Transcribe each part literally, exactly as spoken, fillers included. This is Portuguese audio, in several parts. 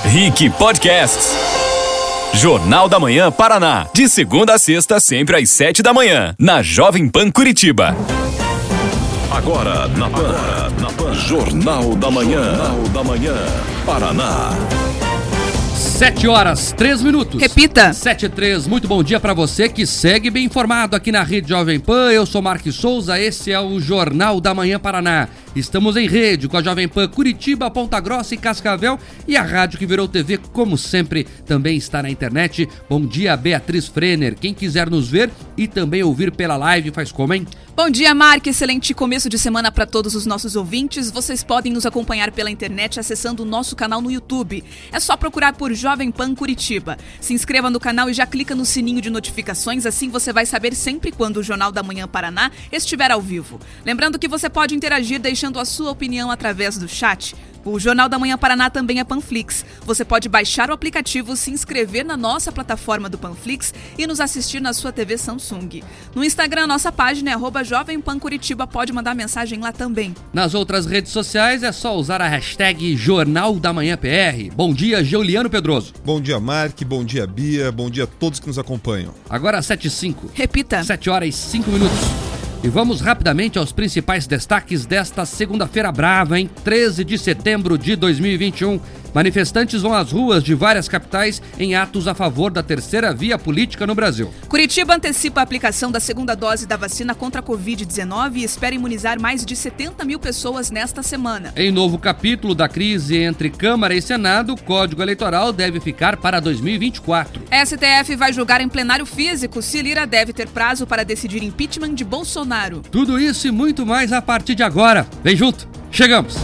Rick Podcasts. Jornal da Manhã Paraná. De segunda a sexta, sempre às sete da manhã. Na Jovem Pan Curitiba. Agora na Pan. Agora, na Pan. Jornal da Manhã. Jornal da Manhã Paraná. Sete horas, três minutos. Repita. Sete e três. Muito bom dia pra você que segue bem informado aqui na Rede Jovem Pan. Eu sou Marques Souza, esse é o Jornal da Manhã Paraná. Estamos em rede com a Jovem Pan Curitiba, Ponta Grossa e Cascavel e a rádio que virou T V, como sempre, também está na internet. Bom dia, Beatriz Frenner. Quem quiser nos ver e também ouvir pela live, faz como, hein? Bom dia, Mark. Excelente começo de semana para todos os nossos ouvintes. Vocês podem nos acompanhar pela internet acessando o nosso canal no YouTube. É só procurar por Jovem Pan Curitiba. Se inscreva no canal e já clica no sininho de notificações, assim você vai saber sempre quando o Jornal da Manhã Paraná estiver ao vivo. Lembrando que você pode interagir deixando a sua opinião através do chat. O Jornal da Manhã Paraná também é Panflix. Você pode baixar o aplicativo, se inscrever na nossa plataforma do Panflix e nos assistir na sua T V Samsung. No Instagram, nossa página é arroba Jovem Pan Curitiba, pode mandar mensagem lá também. Nas outras redes sociais é só usar a hashtag Jornal da Manhã P R. Bom dia, Juliano Pedroso. Bom dia, Mark. Bom dia, Bia. Bom dia a todos que nos acompanham. Agora sete e cinco. Repita. Sete horas e cinco minutos. E vamos rapidamente aos principais destaques desta segunda-feira brava, hein? treze de setembro de dois mil e vinte e um. Manifestantes vão às ruas de várias capitais em atos a favor da terceira via política no Brasil. Curitiba antecipa a aplicação da segunda dose da vacina contra a covid dezenove e espera imunizar mais de setenta mil pessoas nesta semana. Em novo capítulo da crise entre Câmara e Senado, o Código Eleitoral deve ficar para dois mil e vinte e quatro. S T F vai julgar em plenário físico se Lira deve ter prazo para decidir impeachment de Bolsonaro. Tudo isso e muito mais a partir de agora. Vem junto, chegamos!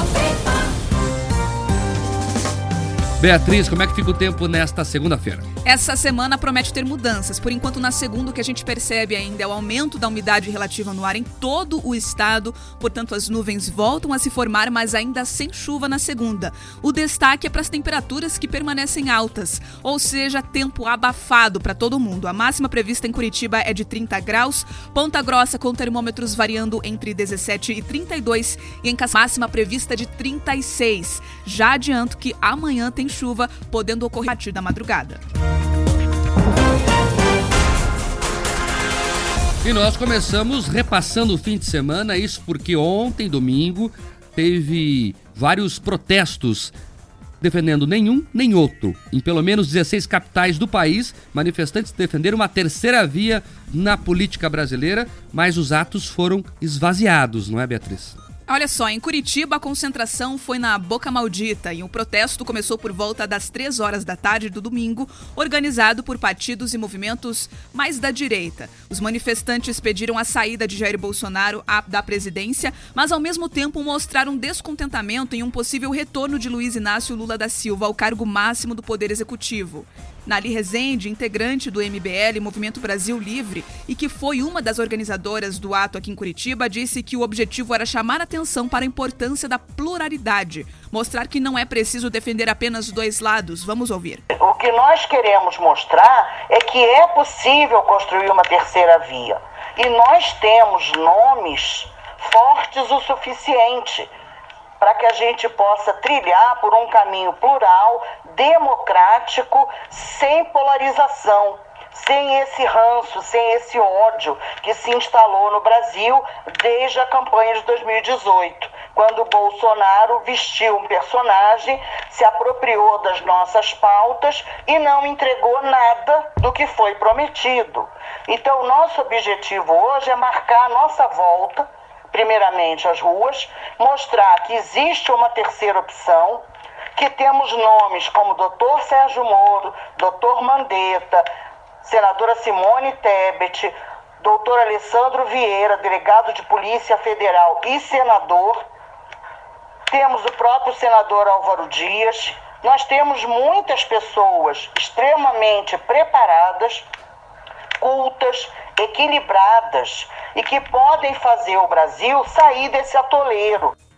Beatriz, como é que fica o tempo nesta segunda-feira? Essa semana promete ter mudanças. Por enquanto, na segunda, o que a gente percebe ainda é o aumento da umidade relativa no ar em todo o estado. Portanto, as nuvens voltam a se formar, mas ainda sem chuva na segunda. O destaque é para as temperaturas que permanecem altas, ou seja, tempo abafado para todo mundo. A máxima prevista em Curitiba é de trinta graus, Ponta Grossa com termômetros variando entre dezessete e trinta e dois e em Cascavel, máxima prevista de trinta e seis. Já adianto que amanhã tem chuva, podendo ocorrer a partir da madrugada. E nós começamos repassando o fim de semana, isso porque ontem, domingo, teve vários protestos defendendo nenhum nem outro. Em pelo menos dezesseis capitais do país, manifestantes defenderam uma terceira via na política brasileira, mas os atos foram esvaziados, não é, Beatriz? Olha só, em Curitiba a concentração foi na Boca Maldita e o protesto começou por volta das três horas da tarde do domingo, organizado por partidos e movimentos mais da direita. Os manifestantes pediram a saída de Jair Bolsonaro da presidência, mas ao mesmo tempo mostraram descontentamento em um possível retorno de Luiz Inácio Lula da Silva ao cargo máximo do Poder Executivo. Nali Rezende, integrante do M B L, Movimento Brasil Livre, e que foi uma das organizadoras do ato aqui em Curitiba, disse que o objetivo era chamar atenção para a importância da pluralidade, mostrar que não é preciso defender apenas dois lados. Vamos ouvir. O que nós queremos mostrar é que é possível construir uma terceira via. E nós temos nomes fortes o suficiente para que a gente possa trilhar por um caminho plural, democrático, sem polarização, sem esse ranço, sem esse ódio que se instalou no Brasil desde a campanha de dois mil e dezoito, quando o Bolsonaro vestiu um personagem, se apropriou das nossas pautas e não entregou nada do que foi prometido. Então, o nosso objetivo hoje é marcar a nossa volta, primeiramente às ruas, mostrar que existe uma terceira opção, que temos nomes como doutor Sérgio Moro, doutor Mandetta, senadora Simone Tebet, doutor Alessandro Vieira, delegado de Polícia Federal e senador. Temos o próprio senador Álvaro Dias. Nós temos muitas pessoas extremamente preparadas, cultas, equilibradas e que podem fazer o Brasil sair desse atoleiro.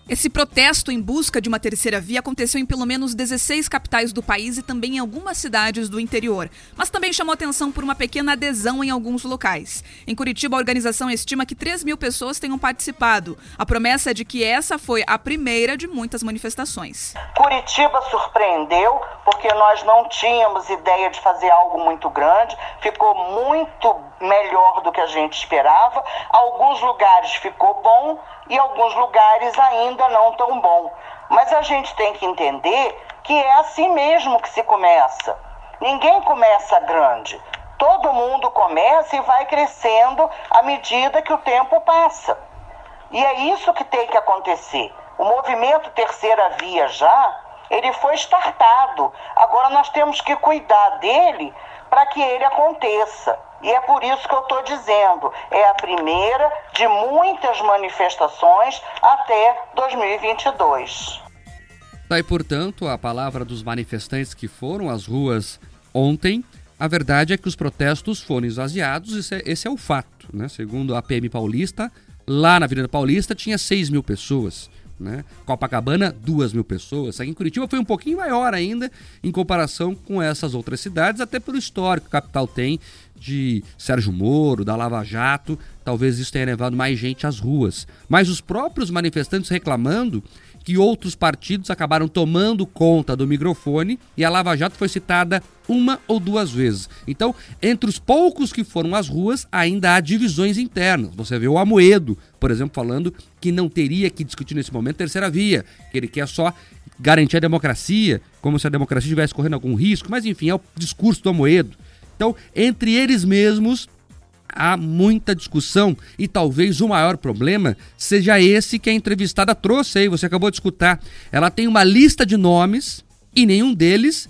Esse protesto em busca de uma terceira via aconteceu em pelo menos dezesseis capitais do país e também em algumas cidades do interior, mas também chamou atenção por uma pequena adesão em alguns locais. Em Curitiba, a organização estima que três mil pessoas tenham participado. A promessa é de que essa foi a primeira de muitas manifestações. Curitiba surpreendeu porque nós não tínhamos ideia de fazer algo muito grande, ficou muito melhor do que a gente esperava. Alguns lugares ficou bom e alguns lugares ainda não tão bom. Mas a gente tem que entender que é assim mesmo que se começa. Ninguém começa grande. Todo mundo começa e vai crescendo à medida que o tempo passa. E é isso que tem que acontecer. O movimento Terceira Via já, ele foi startado. Agora nós temos que cuidar dele para que ele aconteça. E é por isso que eu estou dizendo, é a primeira de muitas manifestações até dois mil e vinte e dois. Daí, portanto, a palavra dos manifestantes que foram às ruas ontem, a verdade é que os protestos foram esvaziados, esse é, esse é o fato, né? Segundo a P M Paulista, lá na Avenida Paulista tinha seis mil pessoas. Né? Copacabana, duas mil pessoas. Aqui em Curitiba foi um pouquinho maior ainda em comparação com essas outras cidades, até pelo histórico que a capital tem de Sérgio Moro, da Lava Jato. Talvez isso tenha levado mais gente às ruas. Mas os próprios manifestantes reclamando que outros partidos acabaram tomando conta do microfone e a Lava Jato foi citada uma ou duas vezes. Então, entre os poucos que foram às ruas, ainda há divisões internas. Você vê o Amoedo, por exemplo, falando que não teria que discutir nesse momento terceira via, que ele quer só garantir a democracia, como se a democracia estivesse correndo algum risco, mas enfim, é o discurso do Amoedo. Então, entre eles mesmos, há muita discussão e talvez o maior problema seja esse que a entrevistada trouxe aí, você acabou de escutar. Ela tem uma lista de nomes e nenhum deles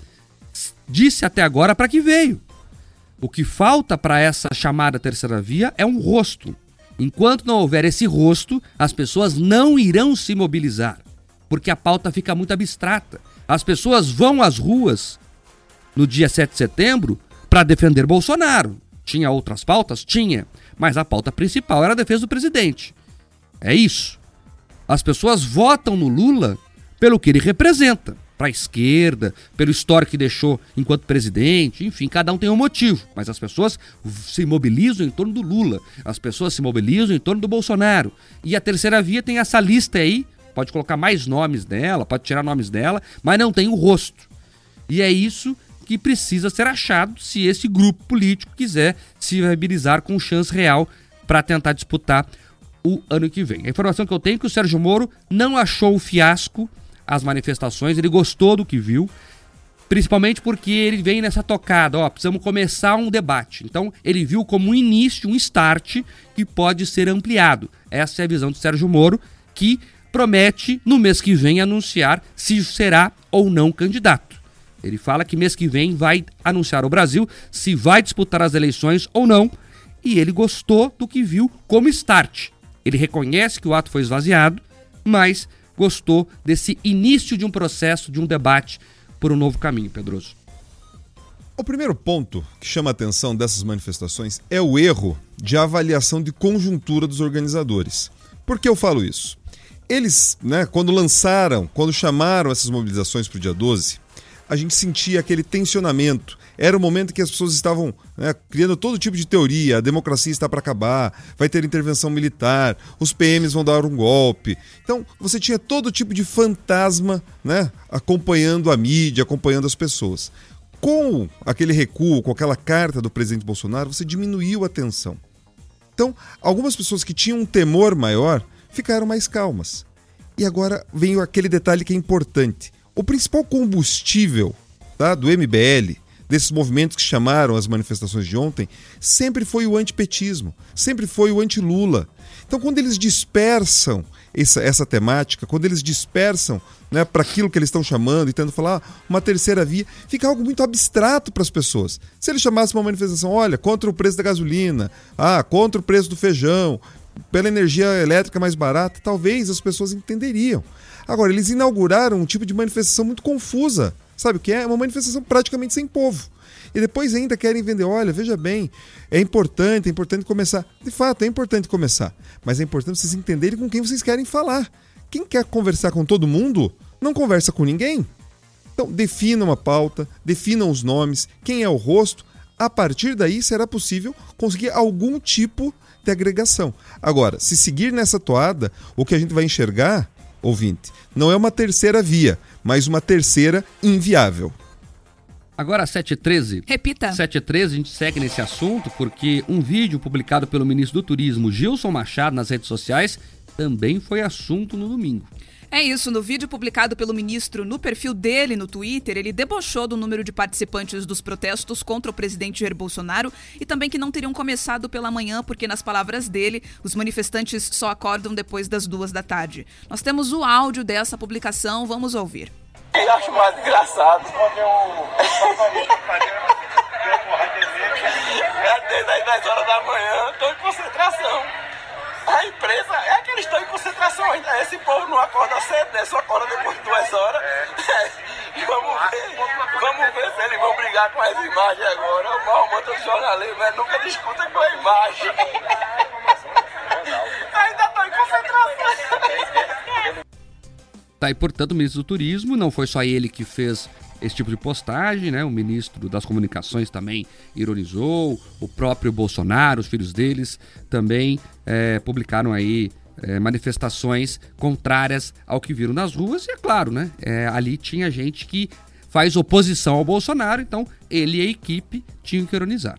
disse até agora para que veio. O que falta para essa chamada terceira via é um rosto. Enquanto não houver esse rosto, as pessoas não irão se mobilizar, porque a pauta fica muito abstrata. As pessoas vão às ruas no dia sete de setembro para defender Bolsonaro. Tinha outras pautas? Tinha. Mas a pauta principal era a defesa do presidente. É isso. As pessoas votam no Lula pelo que ele representa. Para a esquerda, pelo histórico que deixou enquanto presidente. Enfim, cada um tem um motivo. Mas as pessoas se mobilizam em torno do Lula. As pessoas se mobilizam em torno do Bolsonaro. E a terceira via tem essa lista aí. Pode colocar mais nomes dela, pode tirar nomes dela, mas não tem o rosto. E é isso que precisa ser achado se esse grupo político quiser se viabilizar com chance real para tentar disputar o ano que vem. A informação que eu tenho é que o Sérgio Moro não achou o fiasco as manifestações, ele gostou do que viu, principalmente porque ele vem nessa tocada, ó, precisamos começar um debate. Então ele viu como um início, um start que pode ser ampliado. Essa é a visão de Sérgio Moro, que promete no mês que vem anunciar se será ou não candidato. Ele fala que mês que vem vai anunciar ao Brasil se vai disputar as eleições ou não, e ele gostou do que viu como start. Ele reconhece que o ato foi esvaziado, mas gostou desse início de um processo, de um debate por um novo caminho, Pedroso. O primeiro ponto que chama a atenção dessas manifestações é o erro de avaliação de conjuntura dos organizadores. Por que eu falo isso? Eles, né, quando lançaram, quando chamaram essas mobilizações para o dia doze, a gente sentia aquele tensionamento. Era o momento que as pessoas estavam, né, criando todo tipo de teoria. A democracia está para acabar, vai ter intervenção militar, os P Ms vão dar um golpe. Então, você tinha todo tipo de fantasma, né, acompanhando a mídia, acompanhando as pessoas. Com aquele recuo, com aquela carta do presidente Bolsonaro, você diminuiu a tensão. Então, algumas pessoas que tinham um temor maior ficaram mais calmas. E agora vem aquele detalhe que é importante. O principal combustível, tá, do M B L, desses movimentos que chamaram as manifestações de ontem, sempre foi o antipetismo, sempre foi o anti-Lula. Então, quando eles dispersam essa, essa temática, quando eles dispersam, né, para aquilo que eles estão chamando e tentando falar ah, uma terceira via, fica algo muito abstrato para as pessoas. Se eles chamassem uma manifestação, olha, contra o preço da gasolina, ah, contra o preço do feijão, pela energia elétrica mais barata, talvez as pessoas entenderiam. Agora, eles inauguraram um tipo de manifestação muito confusa. Sabe o que é? É uma manifestação praticamente sem povo. E depois ainda querem vender, olha, veja bem, é importante, é importante começar. De fato, é importante começar. Mas é importante vocês entenderem com quem vocês querem falar. Quem quer conversar com todo mundo, não conversa com ninguém. Então, defina uma pauta, definam os nomes, quem é o rosto. A partir daí, será possível conseguir algum tipo de agregação. Agora, se seguir nessa toada, o que a gente vai enxergar, ouvinte, não é uma terceira via, mas uma terceira inviável. Agora, sete e treze. Repita. sete e treze, a gente segue nesse assunto porque um vídeo publicado pelo ministro do Turismo, Gilson Machado, nas redes sociais, também foi assunto no domingo. É isso, no vídeo publicado pelo ministro no perfil dele no Twitter, ele debochou do número de participantes dos protestos contra o presidente Jair Bolsonaro e também que não teriam começado pela manhã, porque, nas palavras dele, os manifestantes só acordam depois das duas da tarde. Nós temos o áudio dessa publicação, vamos ouvir. Eu acho mais engraçado. Desde as dez horas da manhã, estou em concentração. A imprensa é que eles estão em concentração ainda. Esse povo não acorda cedo, né? Só acorda depois de duas horas. É. Vamos ver, vamos ver se eles vão brigar com as imagens agora. O mau manto do jornalismo, né? Nunca discuta com a imagem. Ainda estou em concentração. Tá, e portanto o ministro do Turismo, não foi só ele que fez esse tipo de postagem, né? O ministro das Comunicações também ironizou, o próprio Bolsonaro, os filhos deles também é, publicaram aí é, manifestações contrárias ao que viram nas ruas. E é claro, né? É, ali tinha gente que faz oposição ao Bolsonaro, então ele e a equipe tinham que ironizar.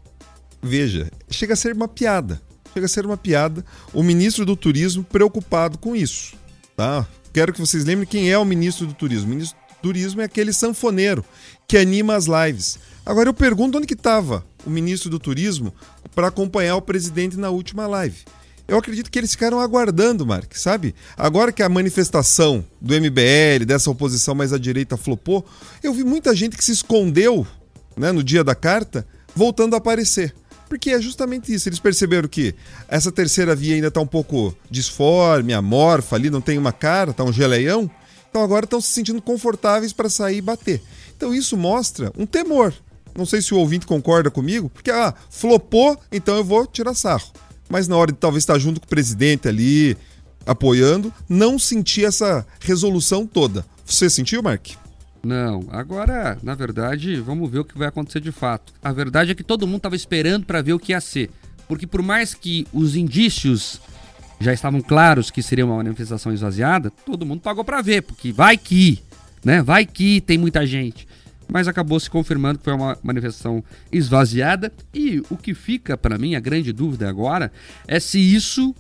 Veja, chega a ser uma piada. Chega a ser uma piada o ministro do Turismo preocupado com isso, tá? Quero que vocês lembrem quem é o ministro do Turismo. O ministro do Turismo é aquele sanfoneiro que anima as lives. Agora eu pergunto onde que estava o ministro do Turismo para acompanhar o presidente na última live. Eu acredito que eles ficaram aguardando, Mark, sabe? Agora que a manifestação do M B L, dessa oposição mais à direita, flopou, eu vi muita gente que se escondeu, né, no dia da carta, voltando a aparecer. Porque é justamente isso, eles perceberam que essa terceira via ainda está um pouco disforme, amorfa ali, não tem uma cara, está um geleião. Então agora estão se sentindo confortáveis para sair e bater. Então isso mostra um temor. Não sei se o ouvinte concorda comigo, porque ah, flopou, então eu vou tirar sarro. Mas na hora de talvez estar junto com o presidente ali, apoiando, não sentir essa resolução toda. Você sentiu, Mark? Não, agora, na verdade, vamos ver o que vai acontecer de fato. A verdade é que todo mundo estava esperando para ver o que ia ser. Porque por mais que os indícios já estavam claros que seria uma manifestação esvaziada, todo mundo pagou para ver, porque vai que, né? Vai que tem muita gente. Mas acabou se confirmando que foi uma manifestação esvaziada. E o que fica para mim, a grande dúvida agora, é se isso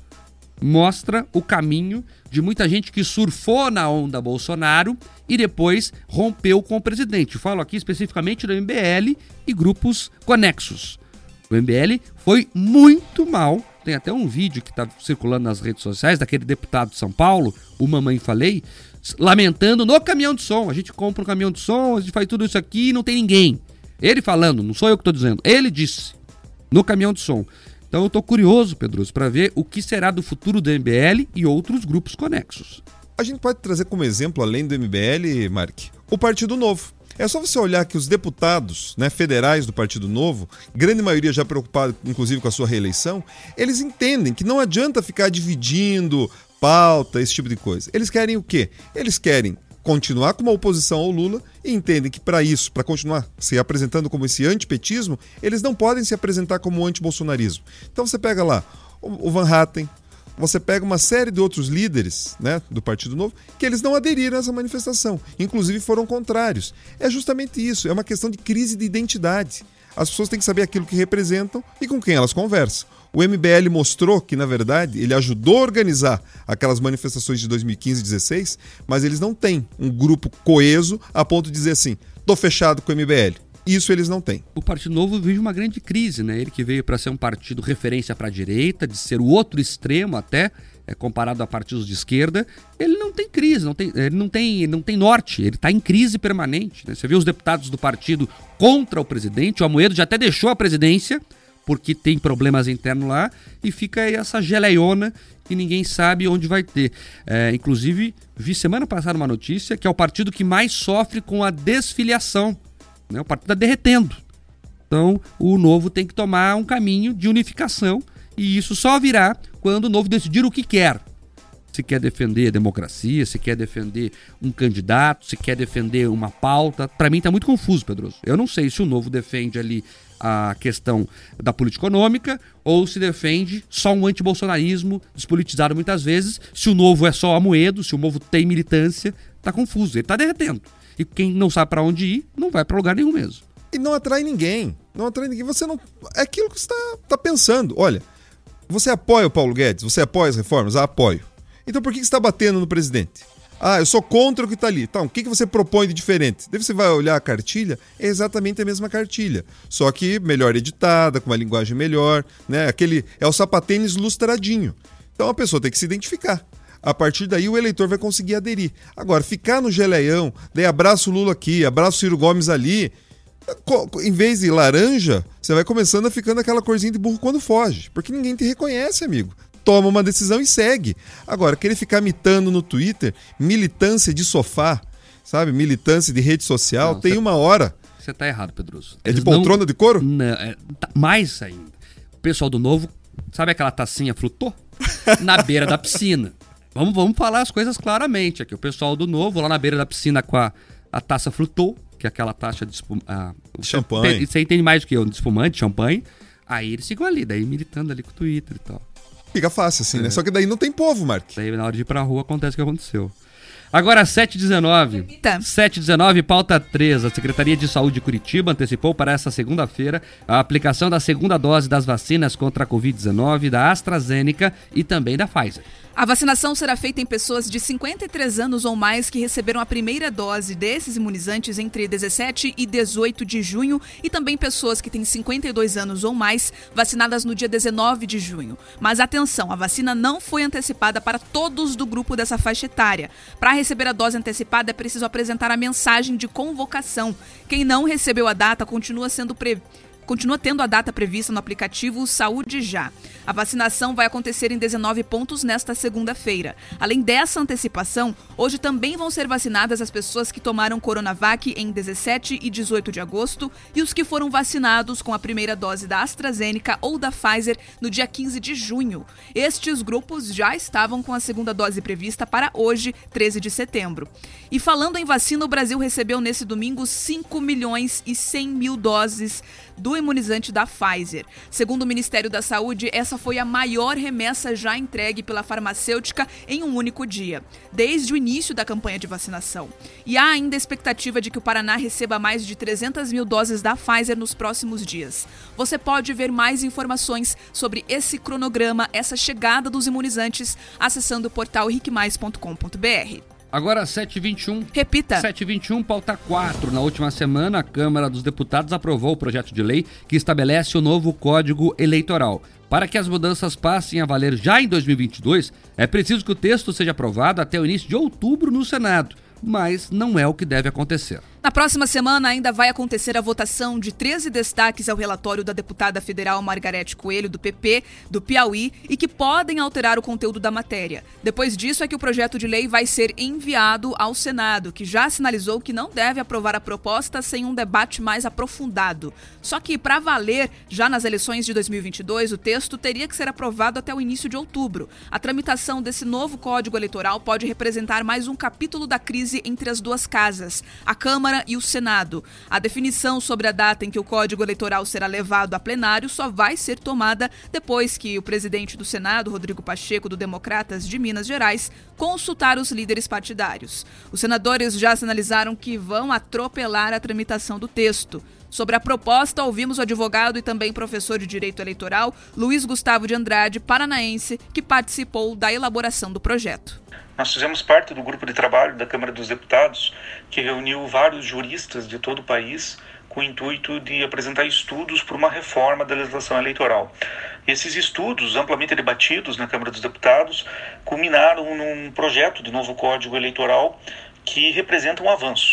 mostra o caminho de muita gente que surfou na onda Bolsonaro e depois rompeu com o presidente. Falo aqui especificamente do M B L e grupos conexos. O M B L foi muito mal. Tem até um vídeo que está circulando nas redes sociais daquele deputado de São Paulo, o Mamãe Falei, lamentando no caminhão de som. A gente compra um caminhão de som, a gente faz tudo isso aqui e não tem ninguém. Ele falando, não sou eu que estou dizendo, ele disse no caminhão de som. Então eu estou curioso, Pedroso, para ver o que será do futuro do M B L e outros grupos conexos. A gente pode trazer como exemplo, além do M B L, Mark, o Partido Novo. É só você olhar que os deputados, né, federais do Partido Novo, grande maioria já preocupado inclusive com a sua reeleição, eles entendem que não adianta ficar dividindo pauta, esse tipo de coisa. Eles querem o quê? Eles querem continuar com uma oposição ao Lula e entendem que para isso, para continuar se apresentando como esse antipetismo, eles não podem se apresentar como antibolsonarismo. Então você pega lá o Van Hatten, você pega uma série de outros líderes, né, do Partido Novo, que eles não aderiram a essa manifestação, inclusive foram contrários. É justamente isso, é uma questão de crise de identidade. As pessoas têm que saber aquilo que representam e com quem elas conversam. O M B L mostrou que, na verdade, ele ajudou a organizar aquelas manifestações de dois mil e quinze e dezesseis, mas eles não têm um grupo coeso a ponto de dizer assim, tô fechado com o M B L. Isso eles não têm. O Partido Novo vive uma grande crise, né? Ele que veio para ser um partido referência para a direita, de ser o outro extremo até, é, comparado a partidos de esquerda, ele não tem crise, não tem, ele não tem, não tem norte, ele está em crise permanente, né? Você viu os deputados do partido contra o presidente, o Amoedo já até deixou a presidência, porque tem problemas internos lá, e fica aí essa geleiona que ninguém sabe onde vai ter. É, inclusive, vi semana passada uma notícia que é o partido que mais sofre com a desfiliação. Né? O partido está derretendo. Então, o Novo tem que tomar um caminho de unificação, e isso só virá quando o Novo decidir o que quer. se quer defender a democracia, se quer defender um candidato, se quer defender uma pauta. Para mim tá muito confuso, Pedroso. Eu não sei se o Novo defende ali a questão da política econômica ou se defende só um antibolsonarismo despolitizado muitas vezes, se o Novo é só Amoedo, se o Novo tem militância, tá confuso, ele tá derretendo. E quem não sabe para onde ir, não vai para lugar nenhum mesmo. E não atrai ninguém, não atrai ninguém, você não... É aquilo que você tá, tá pensando, olha, você apoia o Paulo Guedes, você apoia as reformas? Ah, apoio. Então por que você está batendo no presidente? Ah, eu sou contra o que está ali. Tá, o que você propõe de diferente? Daí você vai olhar a cartilha, é exatamente a mesma cartilha, só que melhor editada, com uma linguagem melhor, né? Aquele, é o sapatênis lustradinho. Então a pessoa tem que se identificar. A partir daí o eleitor vai conseguir aderir. Agora, ficar no geleião, daí abraço o Lula aqui, abraço o Ciro Gomes ali, em vez de laranja, você vai começando a ficando aquela corzinha de burro quando foge, porque ninguém te reconhece, amigo. Toma uma decisão e segue. Agora, querer ficar mitando no Twitter, militância de sofá, sabe? Militância de rede social, não, tem cê, uma hora. Você tá errado, Pedroso. É Eles de poltrona não, de couro? Não, é, tá, mais ainda. O pessoal do Novo, sabe aquela tacinha flutou? Na beira da piscina. Vamos, vamos falar as coisas claramente aqui. O pessoal do Novo, lá na beira da piscina com a, a taça flutou, que é aquela taxa de espum... ah, champanhe. Você entende mais do que eu, de espumante, champanhe. Aí eles ficam ali, daí militando ali com o Twitter e tal. Fica fácil assim, é. né? Só que daí não tem povo, Mark. Daí na hora de ir pra rua acontece o que aconteceu. Agora, sete e dezenove. sete e dezenove, pauta três. A Secretaria de Saúde de Curitiba antecipou para essa segunda-feira a aplicação da segunda dose das vacinas contra a covid dezenove da AstraZeneca e também da Pfizer. A vacinação será feita em pessoas de cinquenta e três anos ou mais que receberam a primeira dose desses imunizantes entre dezessete e dezoito de junho e também pessoas que têm cinquenta e dois anos ou mais vacinadas no dia dezenove de junho. Mas atenção, a vacina não foi antecipada para todos do grupo dessa faixa etária. Para receber a dose antecipada é preciso apresentar a mensagem de convocação. Quem não recebeu a data continua sendo pre... Continua tendo a data prevista no aplicativo Saúde Já. A vacinação vai acontecer em dezenove pontos nesta segunda-feira. Além dessa antecipação, hoje também vão ser vacinadas as pessoas que tomaram Coronavac em dezessete e dezoito de agosto e os que foram vacinados com a primeira dose da AstraZeneca ou da Pfizer no dia quinze de junho. Estes grupos já estavam com a segunda dose prevista para hoje, treze de setembro. E falando em vacina, o Brasil recebeu nesse domingo cinco milhões e cem mil doses do imunizante da Pfizer. Segundo o Ministério da Saúde, essa foi a maior remessa já entregue pela farmacêutica em um único dia, desde o início da campanha de vacinação. E há ainda a expectativa de que o Paraná receba mais de trezentas mil doses da Pfizer nos próximos dias. Você pode ver mais informações sobre esse cronograma, essa chegada dos imunizantes, acessando o portal henrique mais ponto com ponto b r. Agora, sete e vinte e um. Repita. sete e vinte e um, pauta quatro. Na última semana, a Câmara dos Deputados aprovou o projeto de lei que estabelece o novo Código Eleitoral. Para que as mudanças passem a valer já em dois mil e vinte e dois, é preciso que o texto seja aprovado até o início de outubro no Senado. Mas não é o que deve acontecer. Na próxima semana ainda vai acontecer a votação de treze destaques ao relatório da deputada federal Margarete Coelho, do P P, do Piauí, e que podem alterar o conteúdo da matéria. Depois disso é que o projeto de lei vai ser enviado ao Senado, que já sinalizou que não deve aprovar a proposta sem um debate mais aprofundado. Só que, para valer, já nas eleições de dois mil e vinte e dois, o texto teria que ser aprovado até o início de outubro. A tramitação desse novo Código Eleitoral pode representar mais um capítulo da crise entre as duas casas, a Câmara e o Senado. A definição sobre a data em que o Código Eleitoral será levado a plenário só vai ser tomada depois que o presidente do Senado, Rodrigo Pacheco, do Democratas de Minas Gerais, consultar os líderes partidários. Os senadores já sinalizaram que vão atropelar a tramitação do texto. Sobre a proposta, ouvimos o advogado e também professor de Direito Eleitoral, Luiz Gustavo de Andrade, paranaense, que participou da elaboração do projeto. Nós fizemos parte do grupo de trabalho da Câmara dos Deputados, que reuniu vários juristas de todo o país com o intuito de apresentar estudos para uma reforma da legislação eleitoral. Esses estudos, amplamente debatidos na Câmara dos Deputados, culminaram num projeto de novo Código Eleitoral que representa um avanço.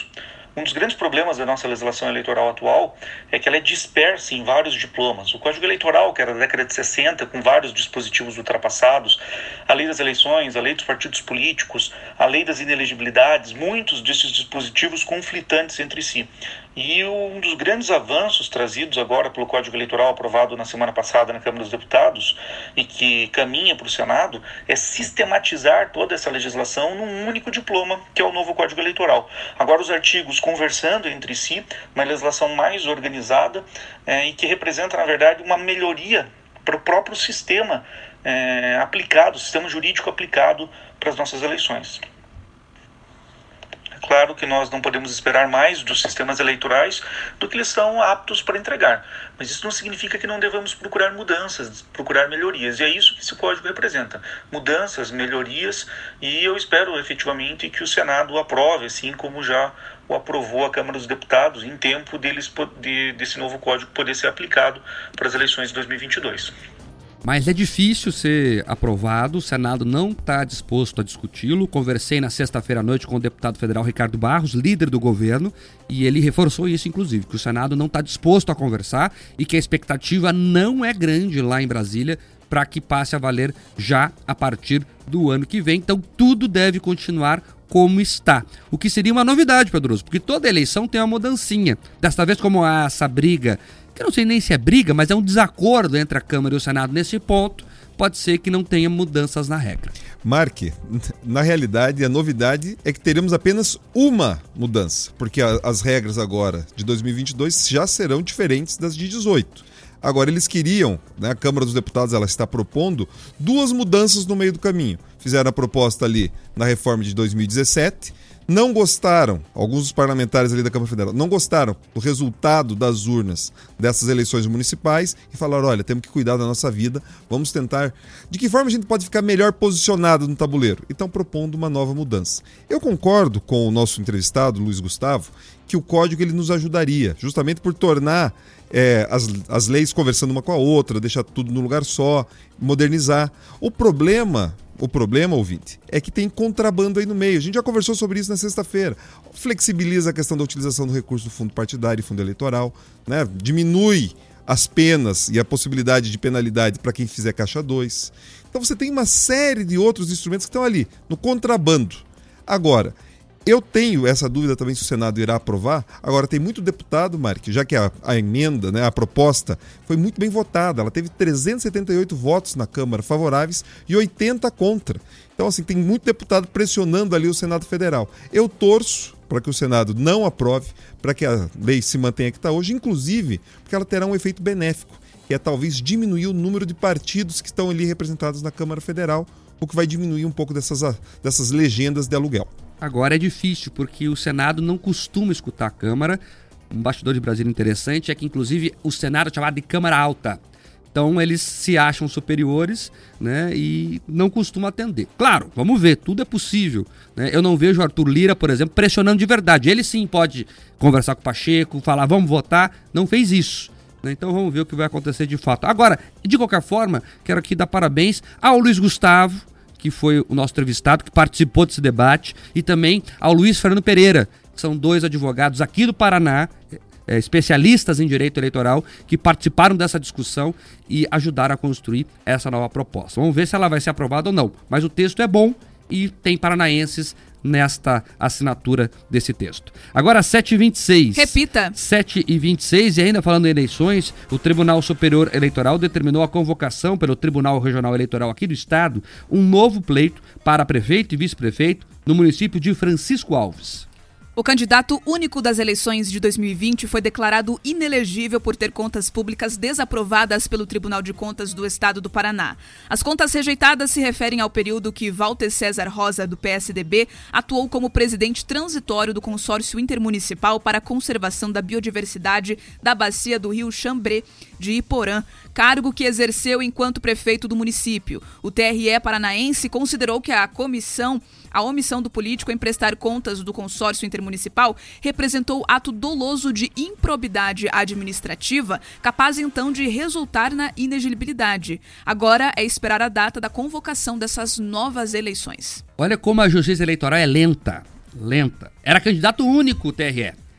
Um dos grandes problemas da nossa legislação eleitoral atual é que ela é dispersa em vários diplomas. O Código Eleitoral, que era da década de sessenta, com vários dispositivos ultrapassados, a lei das eleições, a lei dos partidos políticos, a lei das inelegibilidades, muitos desses dispositivos conflitantes entre si. E um dos grandes avanços trazidos agora pelo Código Eleitoral aprovado na semana passada na Câmara dos Deputados e que caminha para o Senado é sistematizar toda essa legislação num único diploma, que é o novo Código Eleitoral. Agora os artigos conversando entre si, uma legislação mais organizada é, e que representa, na verdade, uma melhoria para o próprio sistema é, aplicado, sistema jurídico aplicado para as nossas eleições. Claro que nós não podemos esperar mais dos sistemas eleitorais do que eles estão aptos para entregar. Mas isso não significa que não devamos procurar mudanças, procurar melhorias. E é isso que esse código representa. Mudanças, melhorias, e eu espero efetivamente que o Senado o aprove, assim como já o aprovou a Câmara dos Deputados, em tempo deles, de, desse novo código poder ser aplicado para as eleições de dois mil e vinte e dois. Mas é difícil ser aprovado, o Senado não está disposto a discuti-lo. Conversei na sexta-feira à noite com o deputado federal Ricardo Barros, líder do governo, e ele reforçou isso, inclusive, que o Senado não está disposto a conversar e que a expectativa não é grande lá em Brasília para que passe a valer já a partir do ano que vem. Então tudo deve continuar como está. O que seria uma novidade, Pedroso, porque toda eleição tem uma mudancinha. Desta vez, como há essa briga, que eu não sei nem se é briga, mas é um desacordo entre a Câmara e o Senado nesse ponto, pode ser que não tenha mudanças na regra. Mark, na realidade, a novidade é que teremos apenas uma mudança, porque a, as regras agora de dois mil e vinte e dois já serão diferentes das de dezoito. Agora, eles queriam, né, a Câmara dos Deputados ela está propondo duas mudanças no meio do caminho. Fizeram a proposta ali na reforma de dois mil e dezessete, não gostaram, alguns dos parlamentares ali da Câmara Federal, não gostaram do resultado das urnas dessas eleições municipais e falaram, olha, temos que cuidar da nossa vida, vamos tentar, de que forma a gente pode ficar melhor posicionado no tabuleiro? E estão propondo uma nova mudança. Eu concordo com o nosso entrevistado, Luiz Gustavo, que o código ele nos ajudaria, justamente por tornar é, as, as leis conversando uma com a outra, deixar tudo no lugar só, modernizar. O problema... O problema, ouvinte, é que tem contrabando aí no meio. A gente já conversou sobre isso na sexta-feira. Flexibiliza a questão da utilização do recurso do fundo partidário e fundo eleitoral, né? Diminui as penas e a possibilidade de penalidade para quem fizer caixa dois. Então você tem uma série de outros instrumentos que estão ali, no contrabando. Agora, eu tenho essa dúvida também se o Senado irá aprovar. Agora, tem muito deputado, Mark, já que a, a emenda, né, a proposta, foi muito bem votada. Ela teve trezentos e setenta e oito votos na Câmara favoráveis e oitenta contra. Então, assim, tem muito deputado pressionando ali o Senado Federal. Eu torço para que o Senado não aprove, para que a lei se mantenha que está hoje, inclusive porque ela terá um efeito benéfico, que é talvez diminuir o número de partidos que estão ali representados na Câmara Federal, o que vai diminuir um pouco dessas, dessas legendas de aluguel. Agora é difícil, porque o Senado não costuma escutar a Câmara. Um bastidor de Brasília interessante é que, inclusive, o Senado é chamado de Câmara Alta. Então, eles se acham superiores, né, e não costumam atender. Claro, vamos ver, tudo é possível, né? Eu não vejo o Arthur Lira, por exemplo, pressionando de verdade. Ele sim pode conversar com o Pacheco, falar, vamos votar. Não fez isso. Então vamos ver o que vai acontecer de fato. Agora, de qualquer forma, quero aqui dar parabéns ao Luiz Gustavo, que foi o nosso entrevistado, que participou desse debate, e também ao Luiz Fernando Pereira, que são dois advogados aqui do Paraná, é, especialistas em direito eleitoral, que participaram dessa discussão e ajudaram a construir essa nova proposta. Vamos ver se ela vai ser aprovada ou não, mas o texto é bom e tem paranaenses nesta assinatura desse texto. Agora, sete e vinte e seis. Repita. sete e vinte e seis, e ainda falando em eleições, o Tribunal Superior Eleitoral determinou a convocação pelo Tribunal Regional Eleitoral aqui do Estado um novo pleito para prefeito e vice-prefeito no município de Francisco Alves. O candidato único das eleições de dois mil e vinte foi declarado inelegível por ter contas públicas desaprovadas pelo Tribunal de Contas do Estado do Paraná. As contas rejeitadas se referem ao período que Walter César Rosa, do P S D B, atuou como presidente transitório do Consórcio Intermunicipal para a Conservação da Biodiversidade da Bacia do Rio Xambrê de Iporã, cargo que exerceu enquanto prefeito do município. O T R E paranaense considerou que a comissão A omissão do político em prestar contas do consórcio intermunicipal representou ato doloso de improbidade administrativa, capaz então de resultar na inelegibilidade. Agora é esperar a data da convocação dessas novas eleições. Olha como a justiça eleitoral é lenta, lenta. Era candidato único o T R E.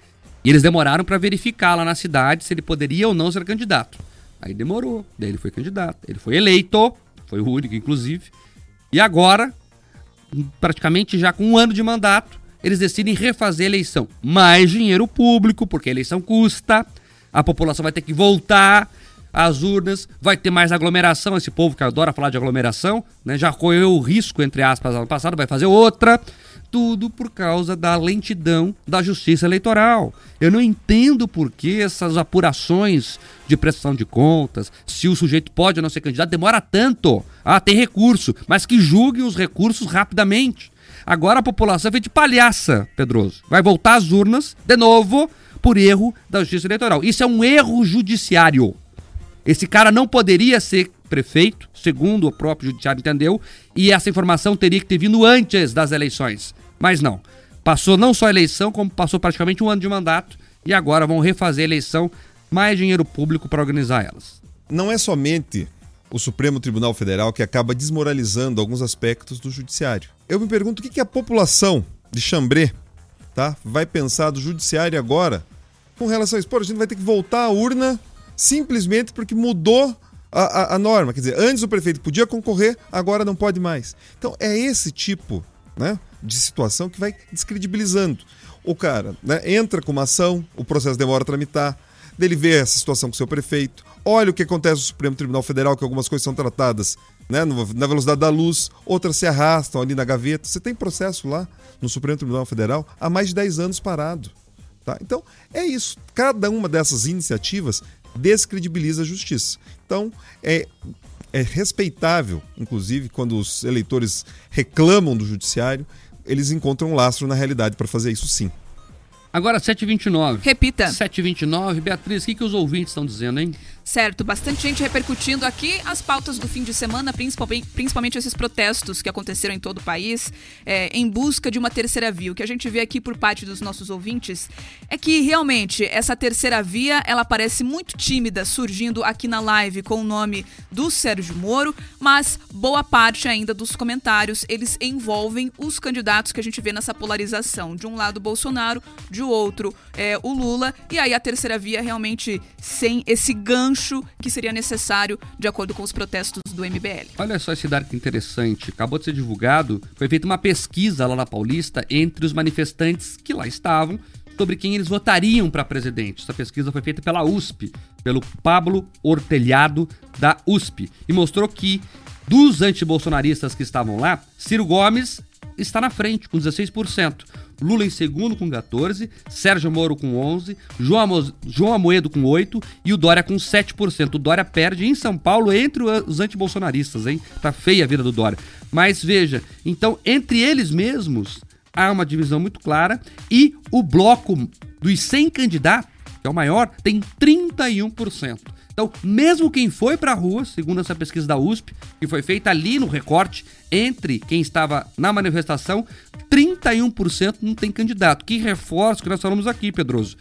E eles demoraram para verificar lá na cidade se ele poderia ou não ser candidato. Aí demorou, daí ele foi candidato, ele foi eleito, foi o único inclusive, e agora, praticamente já com um ano de mandato, eles decidem refazer a eleição. Mais dinheiro público, porque a eleição custa, a população vai ter que voltar às urnas, vai ter mais aglomeração, esse povo que adora falar de aglomeração, né, já correu o risco, entre aspas, ano passado, vai fazer outra, tudo por causa da lentidão da justiça eleitoral. Eu não entendo por que essas apurações de prestação de contas, se o sujeito pode ou não ser candidato, demora tanto. Ah, tem recurso, mas que julguem os recursos rapidamente. Agora a população é feita de palhaça, Pedroso. Vai voltar às urnas, de novo, por erro da justiça eleitoral. Isso é um erro judiciário. Esse cara não poderia ser prefeito, segundo o próprio judiciário entendeu, e essa informação teria que ter vindo antes das eleições. Mas não. Passou não só a eleição, como passou praticamente um ano de mandato, e agora vão refazer a eleição, mais dinheiro público para organizar elas. Não é somente o Supremo Tribunal Federal que acaba desmoralizando alguns aspectos do judiciário. Eu me pergunto o que a população de Xambrê, tá, vai pensar do judiciário agora com relação a isso. Pô, a gente vai ter que voltar à urna simplesmente porque mudou a, a, a norma. Quer dizer, antes o prefeito podia concorrer, agora não pode mais. Então é esse tipo, né, de situação que vai descredibilizando. O cara, né, entra com uma ação, o processo demora a tramitar, dele vê essa situação com o seu prefeito, olha o que acontece no Supremo Tribunal Federal, que algumas coisas são tratadas, né, na velocidade da luz, outras se arrastam ali na gaveta. Você tem processo lá no Supremo Tribunal Federal há mais de dez anos parado. Tá? Então, é isso. Cada uma dessas iniciativas descredibiliza a justiça. Então, é, é respeitável, inclusive, quando os eleitores reclamam do judiciário, eles encontram um lastro na realidade para fazer isso sim. Agora, sete e vinte e nove. Repita. sete e vinte e nove. Beatriz, o que, que os ouvintes estão dizendo, hein? Certo, bastante gente repercutindo aqui as pautas do fim de semana, principalmente, principalmente esses protestos que aconteceram em todo o país, é, em busca de uma terceira via. O que a gente vê aqui por parte dos nossos ouvintes é que realmente essa terceira via, ela parece muito tímida, surgindo aqui na live com o nome do Sérgio Moro, mas boa parte ainda dos comentários, eles envolvem os candidatos que a gente vê nessa polarização. De um lado o Bolsonaro, de outro é, o Lula, e aí a terceira via realmente sem esse gancho que seria necessário de acordo com os protestos do M B L. Olha só esse dado que interessante. Acabou de ser divulgado, foi feita uma pesquisa lá na Paulista entre os manifestantes que lá estavam sobre quem eles votariam para presidente. Essa pesquisa foi feita pela U S P, pelo Pablo Ortelhado da U S P, e mostrou que dos antibolsonaristas que estavam lá, Ciro Gomes está na frente com dezesseis por cento. Lula em segundo com quatorze por cento, Sérgio Moro com onze por cento, João, Amo... João Amoedo com oito por cento e o Dória com sete por cento. O Dória perde em São Paulo entre os antibolsonaristas, hein? Tá feia a vida do Dória. Mas veja, então entre eles mesmos há uma divisão muito clara e o bloco dos cem candidatos, que é o maior, tem trinta e um por cento. Então, mesmo quem foi para a rua, segundo essa pesquisa da U S P, que foi feita ali no recorte, entre quem estava na manifestação, trinta e um por cento não tem candidato. Que reforça o que nós falamos aqui, Pedroso.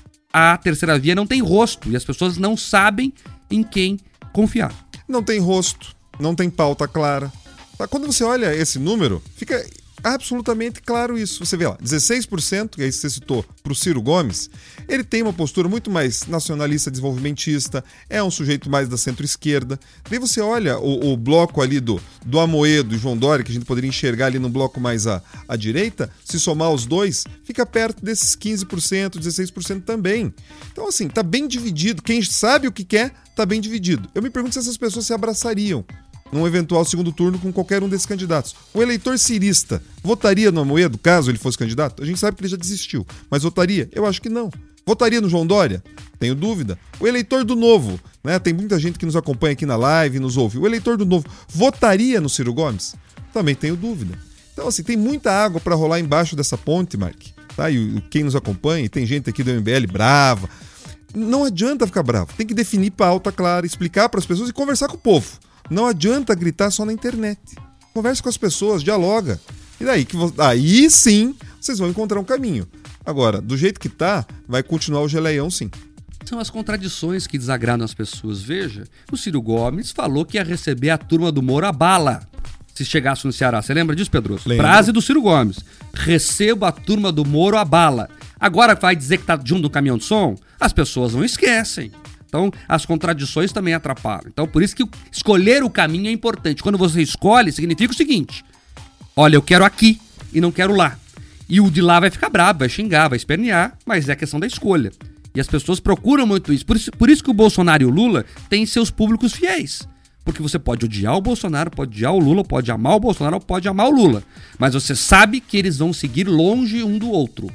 A terceira via não tem rosto e as pessoas não sabem em quem confiar. Não tem rosto, não tem pauta clara. Quando você olha esse número, fica absolutamente claro isso. Você vê lá, dezesseis por cento, que aí você citou, para o Ciro Gomes, ele tem uma postura muito mais nacionalista, desenvolvimentista, é um sujeito mais da centro-esquerda. Daí você olha o, o bloco ali do, do Amoedo e João Dória, que a gente poderia enxergar ali no bloco mais à, à direita, se somar os dois, fica perto desses quinze por cento, dezesseis por cento também. Então assim, tá bem dividido. Quem sabe o que quer, tá bem dividido. Eu me pergunto se essas pessoas se abraçariam num eventual segundo turno com qualquer um desses candidatos. O eleitor cirista votaria no Amoedo, caso ele fosse candidato? A gente sabe que ele já desistiu, mas votaria? Eu acho que não. Votaria no João Dória? Tenho dúvida. O eleitor do Novo, né? Tem muita gente que nos acompanha aqui na live, nos ouve. O eleitor do Novo votaria no Ciro Gomes? Também tenho dúvida. Então, assim, tem muita água para rolar embaixo dessa ponte, Mark. Tá? E quem nos acompanha, e tem gente aqui do M B L brava. Não adianta ficar bravo. Tem que definir pauta clara, explicar para as pessoas e conversar com o povo. Não adianta gritar só na internet. Converse com as pessoas, dialoga. E daí, que vo... aí sim, vocês vão encontrar um caminho. Agora, do jeito que tá, vai continuar o geleião sim. São as contradições que desagradam as pessoas. Veja, o Ciro Gomes falou que ia receber a turma do Moro a bala se chegasse no Ceará. Você lembra disso, Pedro? Lembro. Frase do Ciro Gomes. Receba a turma do Moro a bala. Agora vai dizer que está junto do caminhão de som? As pessoas não esquecem. Então, as contradições também atrapalham. Então, por isso que escolher o caminho é importante. Quando você escolhe, significa o seguinte: olha, eu quero aqui e não quero lá. E o de lá vai ficar bravo, vai xingar, vai espernear, mas é a questão da escolha. E as pessoas procuram muito isso. Por isso, por isso que o Bolsonaro e o Lula têm seus públicos fiéis. Porque você pode odiar o Bolsonaro, pode odiar o Lula, pode amar o Bolsonaro, pode amar o Lula. Mas você sabe que eles vão seguir longe um do outro.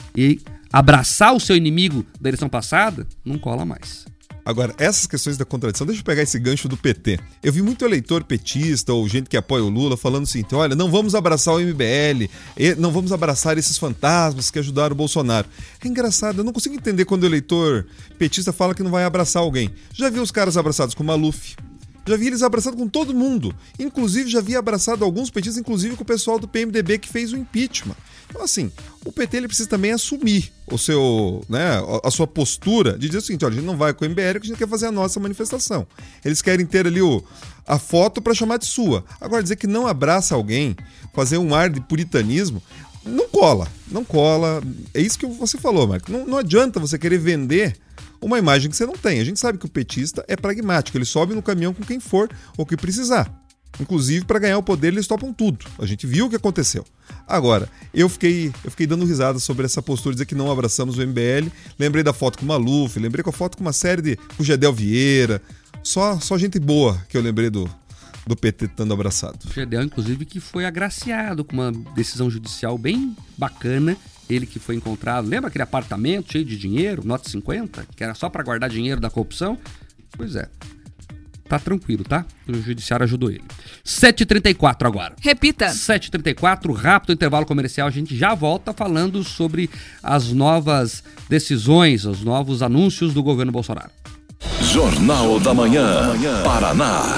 E abraçar o seu inimigo da eleição passada não cola mais. Agora, essas questões da contradição, deixa eu pegar esse gancho do P T. Eu vi muito eleitor petista ou gente que apoia o Lula falando assim, olha, não vamos abraçar o M B L, não vamos abraçar esses fantasmas que ajudaram o Bolsonaro. É engraçado, eu não consigo entender quando o eleitor petista fala que não vai abraçar alguém. Já vi os caras abraçados com o Maluf, já vi eles abraçados com todo mundo. Inclusive, já vi abraçado alguns petistas, inclusive com o pessoal do P M D B que fez o impeachment. Então, assim, o P T ele precisa também assumir o seu, né, a sua postura de dizer o seguinte, olha, a gente não vai com o M B L porque a gente quer fazer a nossa manifestação. Eles querem ter ali o, a foto para chamar de sua. Agora, dizer que não abraça alguém, fazer um ar de puritanismo, não cola, não cola. É isso que você falou, Marco. Não, não adianta você querer vender uma imagem que você não tem. A gente sabe que o petista é pragmático, ele sobe no caminhão com quem for ou que precisar. Inclusive, para ganhar o poder, eles topam tudo. A gente viu o que aconteceu. Agora, eu fiquei, eu fiquei dando risada sobre essa postura de dizer que não abraçamos o M B L. Lembrei da foto com o Maluf, lembrei com a foto com uma série de... com o Gedel Vieira. Só, só gente boa que eu lembrei do, do P T estando abraçado. O Gedel, inclusive, que foi agraciado com uma decisão judicial bem bacana. Ele que foi encontrado, lembra aquele apartamento cheio de dinheiro, nota cinquenta, que era só para guardar dinheiro da corrupção? Pois é. Tá tranquilo, tá? O judiciário ajudou ele. sete e trinta e quatro agora. Repita. sete e trinta e quatro, rápido intervalo comercial. A gente já volta falando sobre as novas decisões, os novos anúncios do governo Bolsonaro. Jornal da Manhã, Paraná.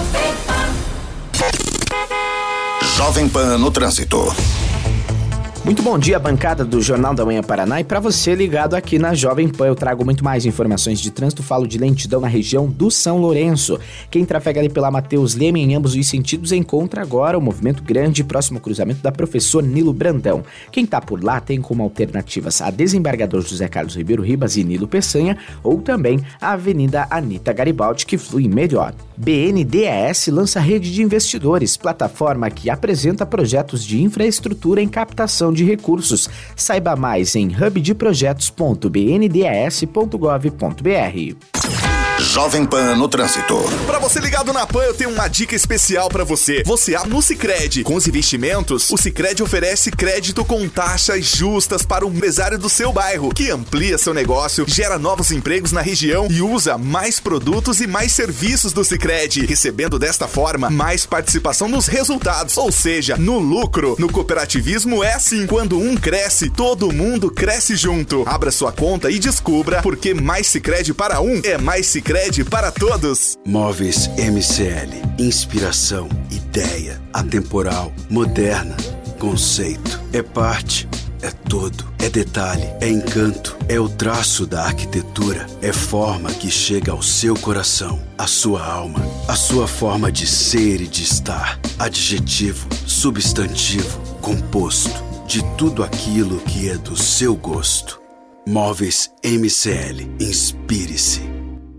Jovem Pan no trânsito. Muito bom dia, bancada do Jornal da Manhã Paraná, e para você ligado aqui na Jovem Pan, eu trago muito mais informações de trânsito, falo de lentidão na região do São Lourenço. Quem trafega ali pela Mateus Leme em ambos os sentidos encontra agora o movimento grande próximo ao cruzamento da Professor Nilo Brandão. Quem tá por lá tem como alternativas a Desembargador José Carlos Ribeiro Ribas e Nilo Peçanha, ou também a Avenida Anita Garibaldi, que flui melhor. B N D E S lança rede de investidores, plataforma que apresenta projetos de infraestrutura em captação de recursos. Saiba mais em hub de projetos ponto b n d e s ponto gov ponto b r. Jovem Pan no trânsito. Pra você ligado na Pan, eu tenho uma dica especial pra você. Você no Sicredi. Com os investimentos, o Sicredi oferece crédito com taxas justas para o empresário do seu bairro, que amplia seu negócio, gera novos empregos na região e usa mais produtos e mais serviços do Sicredi, recebendo desta forma mais participação nos resultados, ou seja, no lucro. No cooperativismo é assim, quando um cresce, todo mundo cresce junto. Abra sua conta e descubra por que mais Sicredi para um é mais Sicredi para todos. Móveis M C L. Inspiração, ideia, atemporal, moderna, conceito. É parte, é todo, é detalhe, é encanto, é o traço da arquitetura, é forma que chega ao seu coração, à sua alma, a sua forma de ser e de estar. Adjetivo, substantivo, composto de tudo aquilo que é do seu gosto. Móveis M C L. Inspire-se.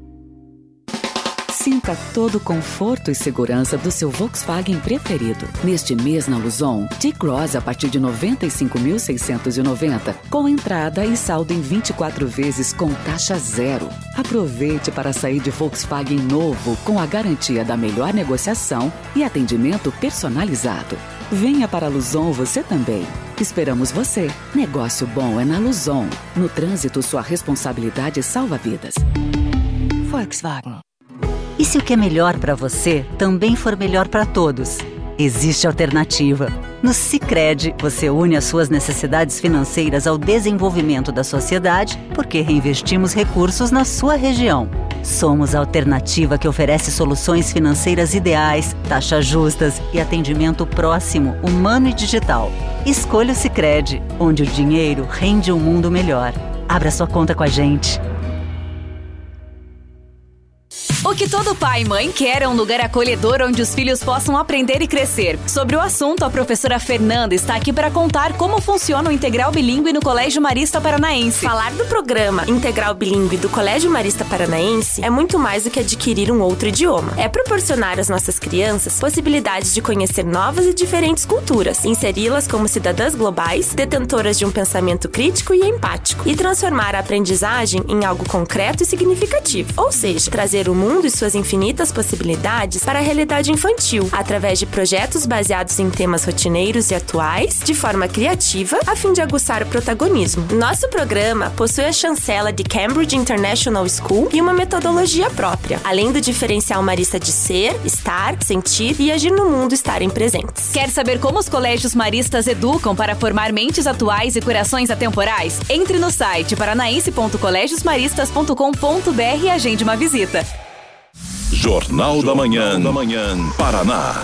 Sinta todo o conforto e segurança do seu Volkswagen preferido. Neste mês na Luzon, T-Cross a partir de noventa e cinco mil seiscentos e noventa, com entrada e saldo em vinte e quatro vezes com taxa zero. Aproveite para sair de Volkswagen novo com a garantia da melhor negociação e atendimento personalizado. Venha para a Luzon você também. Esperamos você. Negócio bom é na Luzon. No trânsito, sua responsabilidade salva vidas. Volkswagen. E se o que é melhor para você também for melhor para todos? Existe alternativa. No Sicredi, você une as suas necessidades financeiras ao desenvolvimento da sociedade, porque reinvestimos recursos na sua região. Somos a alternativa que oferece soluções financeiras ideais, taxas justas e atendimento próximo, humano e digital. Escolha o Sicredi, onde o dinheiro rende um mundo melhor. Abra sua conta com a gente. O que todo pai e mãe quer é um lugar acolhedor onde os filhos possam aprender e crescer. Sobre o assunto, a professora Fernanda está aqui para contar como funciona o Integral Bilíngue no Colégio Marista Paranaense. Falar do programa Integral Bilíngue do Colégio Marista Paranaense é muito mais do que adquirir um outro idioma. É proporcionar às nossas crianças possibilidades de conhecer novas e diferentes culturas, inseri-las como cidadãs globais, detentoras de um pensamento crítico e empático, e transformar a aprendizagem em algo concreto e significativo. Ou seja, trazer o mundo e suas infinitas possibilidades para a realidade infantil, através de projetos baseados em temas rotineiros e atuais, de forma criativa, a fim de aguçar o protagonismo. Nosso programa possui a chancela de Cambridge International School e uma metodologia própria, além do diferencial marista de ser, estar, sentir e agir no mundo estarem presentes. Quer saber como os colégios maristas educam para formar mentes atuais e corações atemporais? Entre no site paranaense ponto colégios maristas ponto com ponto b r e agende uma visita. Jornal da Manhã, da Manhã, Paraná.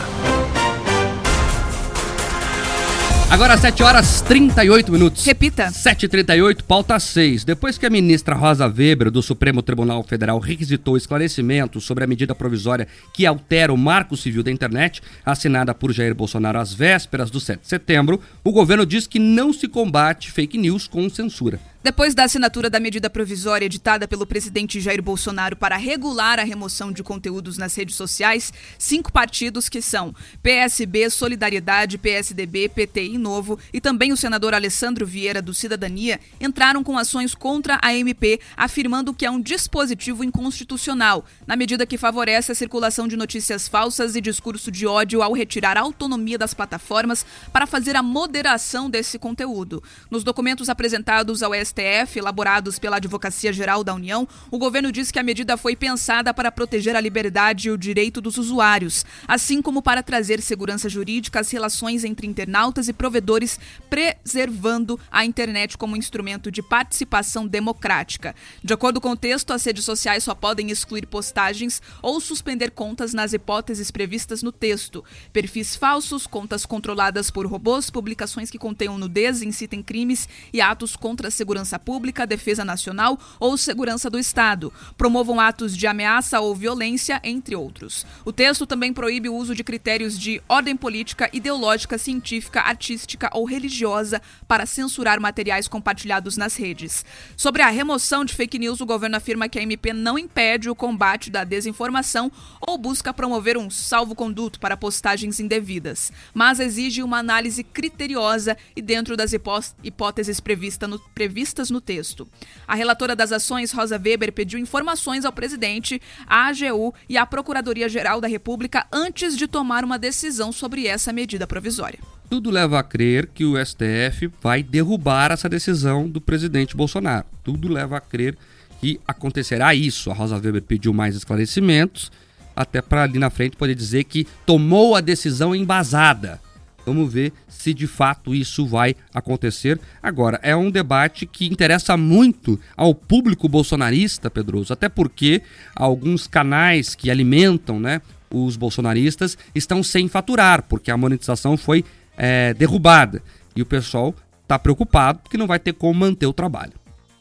Agora sete horas e trinta e oito minutos. Repita. sete e trinta e oito, pauta seis. Depois que a ministra Rosa Weber, do Supremo Tribunal Federal, requisitou esclarecimentos sobre a medida provisória que altera o Marco Civil da Internet, assinada por Jair Bolsonaro às vésperas do sete de setembro, o governo diz que não se combate fake news com censura. Depois da assinatura da medida provisória editada pelo presidente Jair Bolsonaro para regular a remoção de conteúdos nas redes sociais, cinco partidos que são P S B, Solidariedade, P S D B, P T I Novo e também o senador Alessandro Vieira do Cidadania entraram com ações contra a M P, afirmando que é um dispositivo inconstitucional, na medida que favorece a circulação de notícias falsas e discurso de ódio ao retirar a autonomia das plataformas para fazer a moderação desse conteúdo. Nos documentos apresentados ao S T F, elaborados pela Advocacia Geral da União, o governo diz que a medida foi pensada para proteger a liberdade e o direito dos usuários, assim como para trazer segurança jurídica às relações entre internautas e provedores, preservando a internet como instrumento de participação democrática. De acordo com o texto, as redes sociais só podem excluir postagens ou suspender contas nas hipóteses previstas no texto. Perfis falsos, contas controladas por robôs, publicações que contenham nudez, incitem crimes e atos contra a segurança pública, defesa nacional ou segurança do Estado, promovam atos de ameaça ou violência, entre outros. O texto também proíbe o uso de critérios de ordem política, ideológica, científica, artística ou religiosa para censurar materiais compartilhados nas redes. Sobre a remoção de fake news, o governo afirma que a M P não impede o combate da desinformação ou busca promover um salvo-conduto para postagens indevidas, mas exige uma análise criteriosa e dentro das hipó- hipóteses previstas no, previstas no texto. A relatora das ações, Rosa Weber, pediu informações ao presidente, à A G U e à Procuradoria-Geral da República antes de tomar uma decisão sobre essa medida provisória. Tudo leva a crer que o S T F vai derrubar essa decisão do presidente Bolsonaro. Tudo leva a crer que acontecerá isso. A Rosa Weber pediu mais esclarecimentos, até para ali na frente poder dizer que tomou a decisão embasada. Vamos ver se de fato isso vai acontecer. Agora, é um debate que interessa muito ao público bolsonarista, Pedroso, até porque alguns canais que alimentam, né, os bolsonaristas estão sem faturar, porque a monetização foi é, derrubada. E o pessoal está preocupado porque não vai ter como manter o trabalho.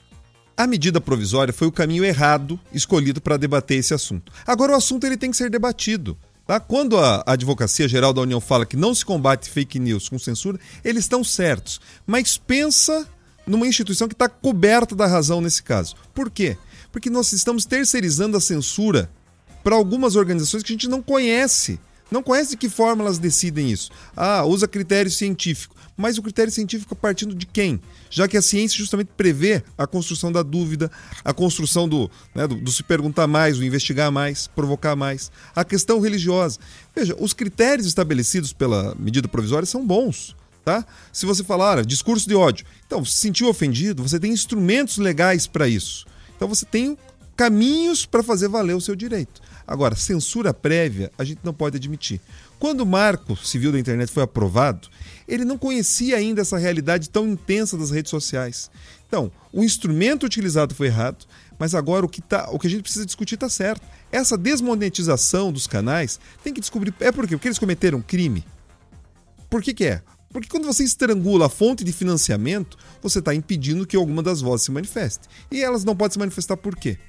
A medida provisória foi o caminho errado escolhido para debater esse assunto. Agora o assunto ele tem que ser debatido. Tá? Quando a Advocacia Geral da União fala que não se combate fake news com censura, eles estão certos. Mas pensa numa instituição que está coberta da razão nesse caso. Por quê? Porque nós estamos terceirizando a censura para algumas organizações que a gente não conhece. Não conhece de que forma elas decidem isso. Ah, usa critério científico. Mas o critério científico é partindo de quem? Já que a ciência justamente prevê a construção da dúvida, a construção do, né, do, do se perguntar mais, do investigar mais, provocar mais. A questão religiosa. Veja, os critérios estabelecidos pela medida provisória são bons. Tá? Se você falar, ah, discurso de ódio. Então, se sentiu ofendido, você tem instrumentos legais para isso. Então, você tem caminhos para fazer valer o seu direito. Agora, censura prévia, a gente não pode admitir. Quando o Marco Civil da Internet foi aprovado, ele não conhecia ainda essa realidade tão intensa das redes sociais. Então, o instrumento utilizado foi errado, mas agora o que, tá, o que a gente precisa discutir está certo. Essa desmonetização dos canais tem que descobrir... É por quê? Porque eles cometeram crime? Por que que é? Porque quando você estrangula a fonte de financiamento, você está impedindo que alguma das vozes se manifeste. E elas não podem se manifestar por quê?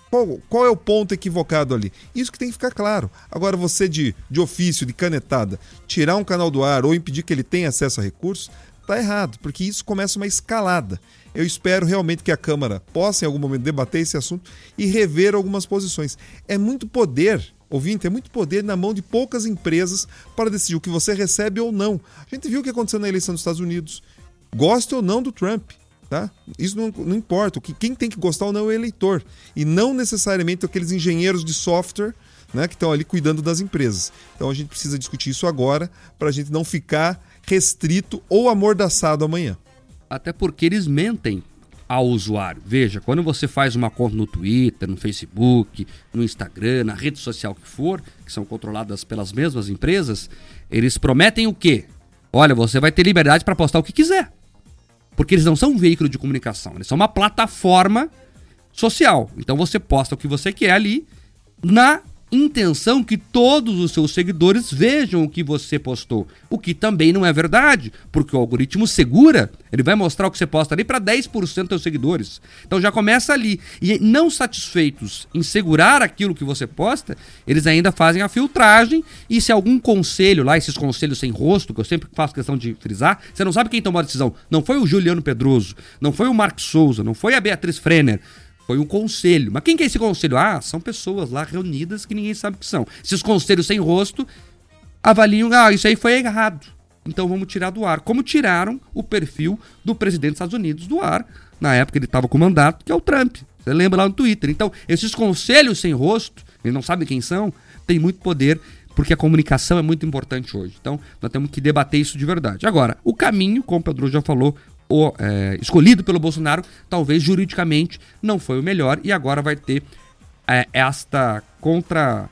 Qual, qual é o ponto equivocado ali? Isso que tem que ficar claro. Agora, você de, de ofício, de canetada, tirar um canal do ar ou impedir que ele tenha acesso a recursos, tá errado, porque isso começa uma escalada. Eu espero realmente que a Câmara possa, em algum momento, debater esse assunto e rever algumas posições. É muito poder, ouvinte, é muito poder na mão de poucas empresas para decidir o que você recebe ou não. A gente viu o que aconteceu na eleição dos Estados Unidos. Goste ou não do Trump. Tá? Isso não, não importa. O que, quem tem que gostar ou não é o eleitor. E não necessariamente aqueles engenheiros de software, né, que estão ali cuidando das empresas. Então a gente precisa discutir isso agora para a gente não ficar restrito ou amordaçado amanhã. Até porque eles mentem ao usuário. Veja, quando você faz uma conta no Twitter, no Facebook, no Instagram, na rede social que for, que são controladas pelas mesmas empresas, eles prometem o quê? Olha, você vai ter liberdade para postar o que quiser. Porque eles não são um veículo de comunicação, eles são uma plataforma social. Então você posta o que você quer ali, na intenção que todos os seus seguidores vejam o que você postou. O que também não é verdade, porque o algoritmo segura, ele vai mostrar o que você posta ali para dez por cento dos seus seguidores. Então já começa ali. E não satisfeitos em segurar aquilo que você posta, eles ainda fazem a filtragem, e se algum conselho lá, esses conselhos sem rosto, que eu sempre faço questão de frisar, você não sabe quem tomou a decisão. Não foi o Juliano Pedroso, não foi o Mark Souza, não foi a Beatriz Frenner. Foi um conselho. Mas quem que é esse conselho? Ah, são pessoas lá reunidas que ninguém sabe o que são. Esses conselhos sem rosto avaliam, ah, isso aí foi errado. Então vamos tirar do ar. Como tiraram o perfil do presidente dos Estados Unidos do ar, na época ele estava com o mandato, que é o Trump. Você lembra lá no Twitter. Então, esses conselhos sem rosto, eles não sabem quem são, tem muito poder, porque a comunicação é muito importante hoje. Então, nós temos que debater isso de verdade. Agora, o caminho, como o Pedro já falou, o, é, escolhido pelo Bolsonaro, talvez juridicamente não foi o melhor, e agora vai ter é, esta contra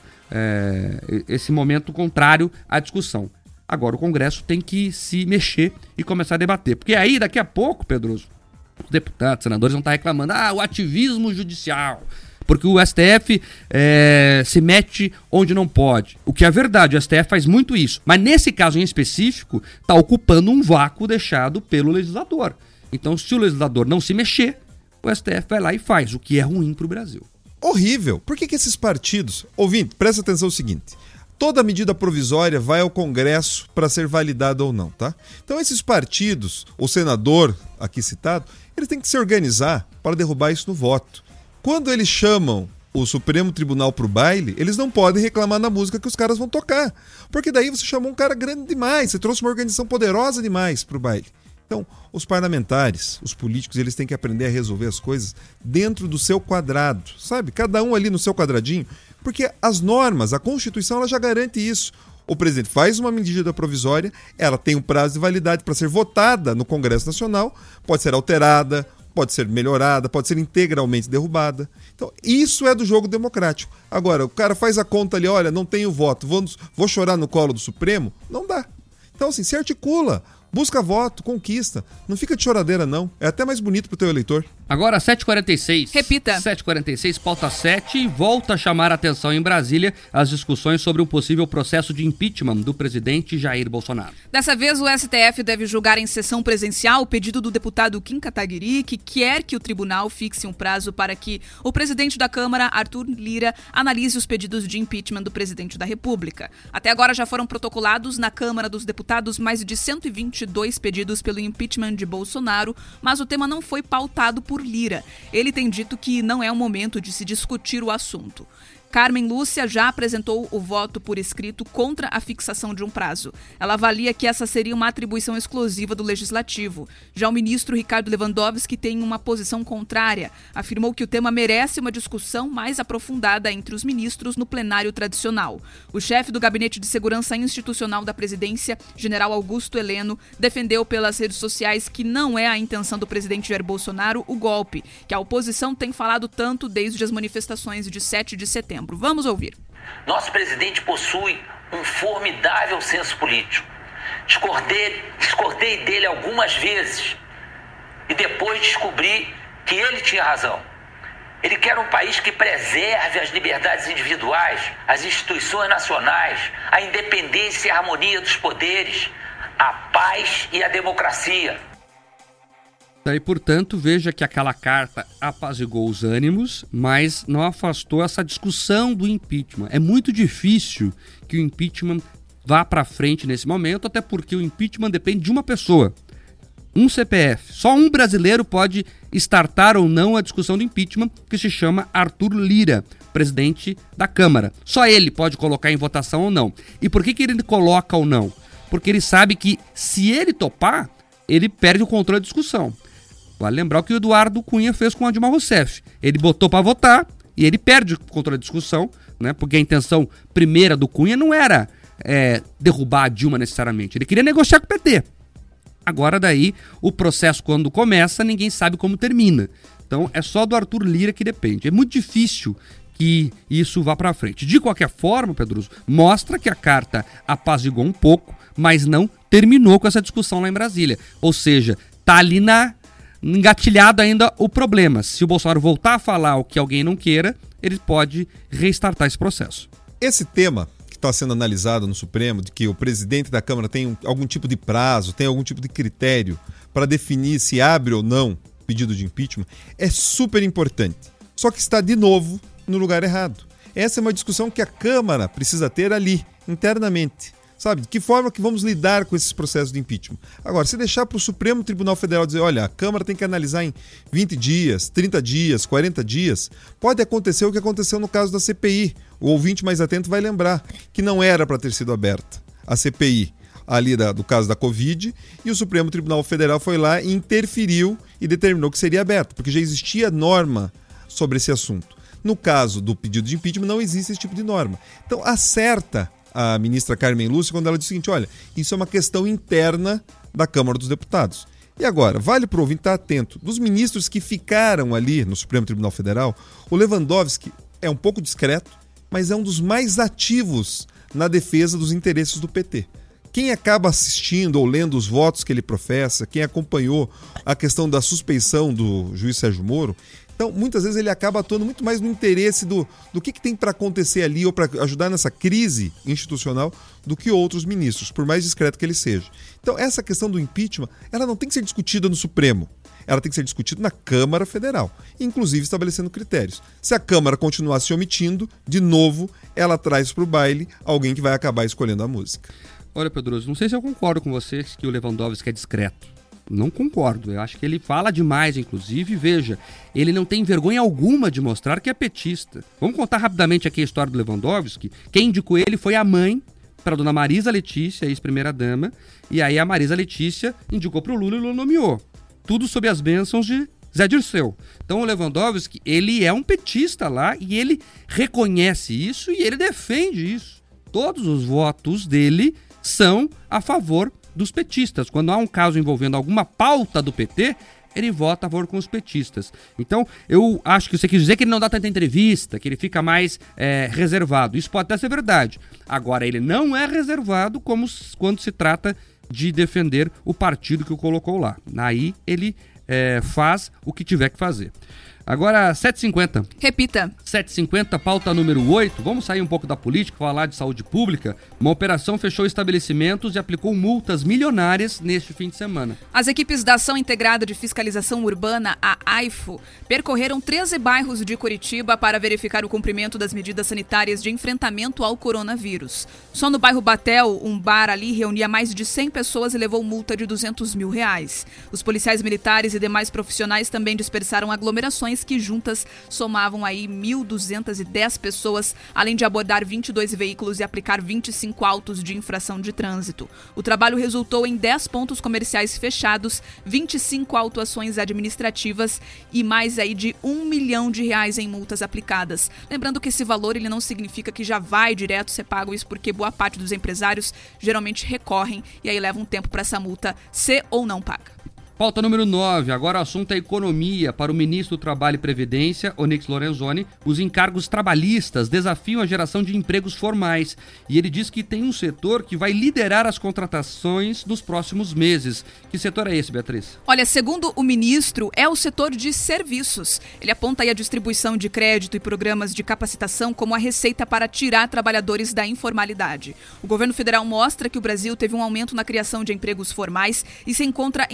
é, esse momento contrário à discussão. Agora o Congresso tem que se mexer e começar a debater, porque aí daqui a pouco, Pedroso, os deputados, senadores vão estar reclamando, ah, o ativismo judicial, porque o S T F é, se mete onde não pode. O que é verdade, o S T F faz muito isso. Mas nesse caso em específico, está ocupando um vácuo deixado pelo legislador. Então, se o legislador não se mexer, o S T F vai lá e faz, o que é ruim para o Brasil. Horrível. Por que que esses partidos... Ouvinte, presta atenção no seguinte. Toda medida provisória vai ao Congresso para ser validada ou não, tá? Então, esses partidos, o senador aqui citado, eles têm que se organizar para derrubar isso no voto. Quando eles chamam o Supremo Tribunal para o baile, eles não podem reclamar na música que os caras vão tocar. Porque daí você chamou um cara grande demais, você trouxe uma organização poderosa demais para o baile. Então, os parlamentares, os políticos, eles têm que aprender a resolver as coisas dentro do seu quadrado, sabe? Cada um ali no seu quadradinho, porque as normas, a Constituição, ela já garante isso. O presidente faz uma medida provisória, ela tem um prazo de validade para ser votada no Congresso Nacional, pode ser alterada, pode ser melhorada, pode ser integralmente derrubada. Então, isso é do jogo democrático. Agora, o cara faz a conta ali, olha, não tenho voto, vou, vou chorar no colo do Supremo? Não dá. Então, assim, se articula, busca voto, conquista. Não fica de choradeira, não. É até mais bonito pro teu eleitor. Agora, sete e quarenta e seis. Repita. sete e quarenta e seis, pauta sete, e volta a chamar a atenção em Brasília as discussões sobre um possível processo de impeachment do presidente Jair Bolsonaro. Dessa vez, o S T F deve julgar em sessão presencial o pedido do deputado Kim Kataguiri, que quer que o tribunal fixe um prazo para que o presidente da Câmara, Arthur Lira, analise os pedidos de impeachment do presidente da República. Até agora já foram protocolados na Câmara dos Deputados mais de cento e vinte e dois pedidos pelo impeachment de Bolsonaro, mas o tema não foi pautado por Lira. Ele tem dito que não é o momento de se discutir o assunto. Carmen Lúcia já apresentou o voto por escrito contra a fixação de um prazo. Ela avalia que essa seria uma atribuição exclusiva do Legislativo. Já o ministro Ricardo Lewandowski tem uma posição contrária. Afirmou que o tema merece uma discussão mais aprofundada entre os ministros no plenário tradicional. O chefe do Gabinete de Segurança Institucional da Presidência, general Augusto Heleno, defendeu pelas redes sociais que não é a intenção do presidente Jair Bolsonaro o golpe, que a oposição tem falado tanto desde as manifestações de sete de setembro. Vamos ouvir. Nosso presidente possui um formidável senso político. Discordei, discordei dele algumas vezes e depois descobri que ele tinha razão. Ele quer um país que preserve as liberdades individuais, as instituições nacionais, a independência e a harmonia dos poderes, a paz e a democracia. Daí, portanto, veja que aquela carta apaziguou os ânimos, mas não afastou essa discussão do impeachment. É muito difícil que o impeachment vá para frente nesse momento, até porque o impeachment depende de uma pessoa, um C P F. Só um brasileiro pode startar ou não a discussão do impeachment, que se chama Arthur Lira, presidente da Câmara. Só ele pode colocar em votação ou não. E por que que ele coloca ou não? Porque ele sabe que, se ele topar, ele perde o controle da discussão. Vale lembrar o que o Eduardo Cunha fez com a Dilma Rousseff. Ele botou para votar e ele perde o controle da discussão, né? Porque a intenção primeira do Cunha não era é, derrubar a Dilma necessariamente. Ele queria negociar com o P T. Agora daí, o processo quando começa, ninguém sabe como termina. Então é só do Arthur Lira que depende. É muito difícil que isso vá para frente. De qualquer forma, Pedroso, mostra que a carta apaziguou um pouco, mas não terminou com essa discussão lá em Brasília. Ou seja, tá ali na... engatilhado ainda o problema. Se o Bolsonaro voltar a falar o que alguém não queira, ele pode restartar esse processo. Esse tema que está sendo analisado no Supremo, de que o presidente da Câmara tem um, algum tipo de prazo, tem algum tipo de critério para definir se abre ou não pedido de impeachment, é super importante. Só que está, de novo, no lugar errado. Essa é uma discussão que a Câmara precisa ter ali, internamente. Sabe, de que forma que vamos lidar com esses processos de impeachment? Agora, se deixar para o Supremo Tribunal Federal dizer, olha, a Câmara tem que analisar em vinte dias, trinta dias, quarenta dias, pode acontecer o que aconteceu no caso da C P I. O ouvinte mais atento vai lembrar que não era para ter sido aberta a C P I ali da, do caso da Covid, e o Supremo Tribunal Federal foi lá e interferiu e determinou que seria aberto, porque já existia norma sobre esse assunto. No caso do pedido de impeachment, não existe esse tipo de norma. Então, acerta a ministra Carmen Lúcia quando ela diz o seguinte, olha, isso é uma questão interna da Câmara dos Deputados. E agora, vale para o ouvinte estar atento, dos ministros que ficaram ali no Supremo Tribunal Federal, o Lewandowski é um pouco discreto, mas é um dos mais ativos na defesa dos interesses do P T. Quem acaba assistindo ou lendo os votos que ele professa, quem acompanhou a questão da suspeição do juiz Sérgio Moro, então, muitas vezes ele acaba atuando muito mais no interesse do, do que, que tem para acontecer ali ou para ajudar nessa crise institucional do que outros ministros, por mais discreto que ele seja. Então, essa questão do impeachment, ela não tem que ser discutida no Supremo. Ela tem que ser discutida na Câmara Federal, inclusive estabelecendo critérios. Se a Câmara continuar se omitindo, de novo, ela traz para o baile alguém que vai acabar escolhendo a música. Olha, Pedroso, não sei se eu concordo com vocês que o Lewandowski é discreto. Não concordo, eu acho que ele fala demais, inclusive, veja, ele não tem vergonha alguma de mostrar que é petista. Vamos contar rapidamente aqui a história do Lewandowski. Quem indicou ele foi a mãe para a dona Marisa Letícia, ex-primeira-dama, e aí a Marisa Letícia indicou para o Lula e o Lula nomeou. Tudo sob as bênçãos de Zé Dirceu. Então o Lewandowski, ele é um petista lá e ele reconhece isso e ele defende isso. Todos os votos dele são a favor dos petistas. Quando há um caso envolvendo alguma pauta do P T, ele vota a favor com os petistas. Então, eu acho que você quis dizer que ele não dá tanta entrevista, que ele fica mais é, reservado. Isso pode até ser verdade. Agora, ele não é reservado como quando se trata de defender o partido que o colocou lá. Aí, ele é, faz o que tiver que fazer. Agora, sete e cinquenta. Repita. sete e cinquenta, pauta número oito. Vamos sair um pouco da política, falar de saúde pública. Uma operação fechou estabelecimentos e aplicou multas milionárias neste fim de semana. As equipes da Ação Integrada de Fiscalização Urbana, a AIFO, percorreram treze bairros de Curitiba para verificar o cumprimento das medidas sanitárias de enfrentamento ao coronavírus. Só no bairro Batel, um bar ali reunia mais de cem pessoas e levou multa de duzentos mil reais. Os policiais militares e demais profissionais também dispersaram aglomerações que juntas somavam aí mil duzentas e dez pessoas, além de abordar vinte e dois veículos e aplicar vinte e cinco autos de infração de trânsito. O trabalho resultou em dez pontos comerciais fechados, vinte e cinco autuações administrativas e mais aí de um milhão de reais em multas aplicadas. Lembrando que esse valor ele não significa que já vai direto ser pago, isso porque boa parte dos empresários geralmente recorrem e aí leva um tempo para essa multa ser ou não paga. Pauta número nove, agora o assunto é economia. Para o ministro do Trabalho e Previdência, Onyx Lorenzoni, os encargos trabalhistas desafiam a geração de empregos formais. E ele diz que tem um setor que vai liderar as contratações nos próximos meses. Que setor é esse, Beatriz? Olha, segundo o ministro, é o setor de serviços. Ele aponta aí a distribuição de crédito e programas de capacitação como a receita para tirar trabalhadores da informalidade. O governo federal mostra que o Brasil teve um aumento na criação de empregos formais e se encontra em plena recuperação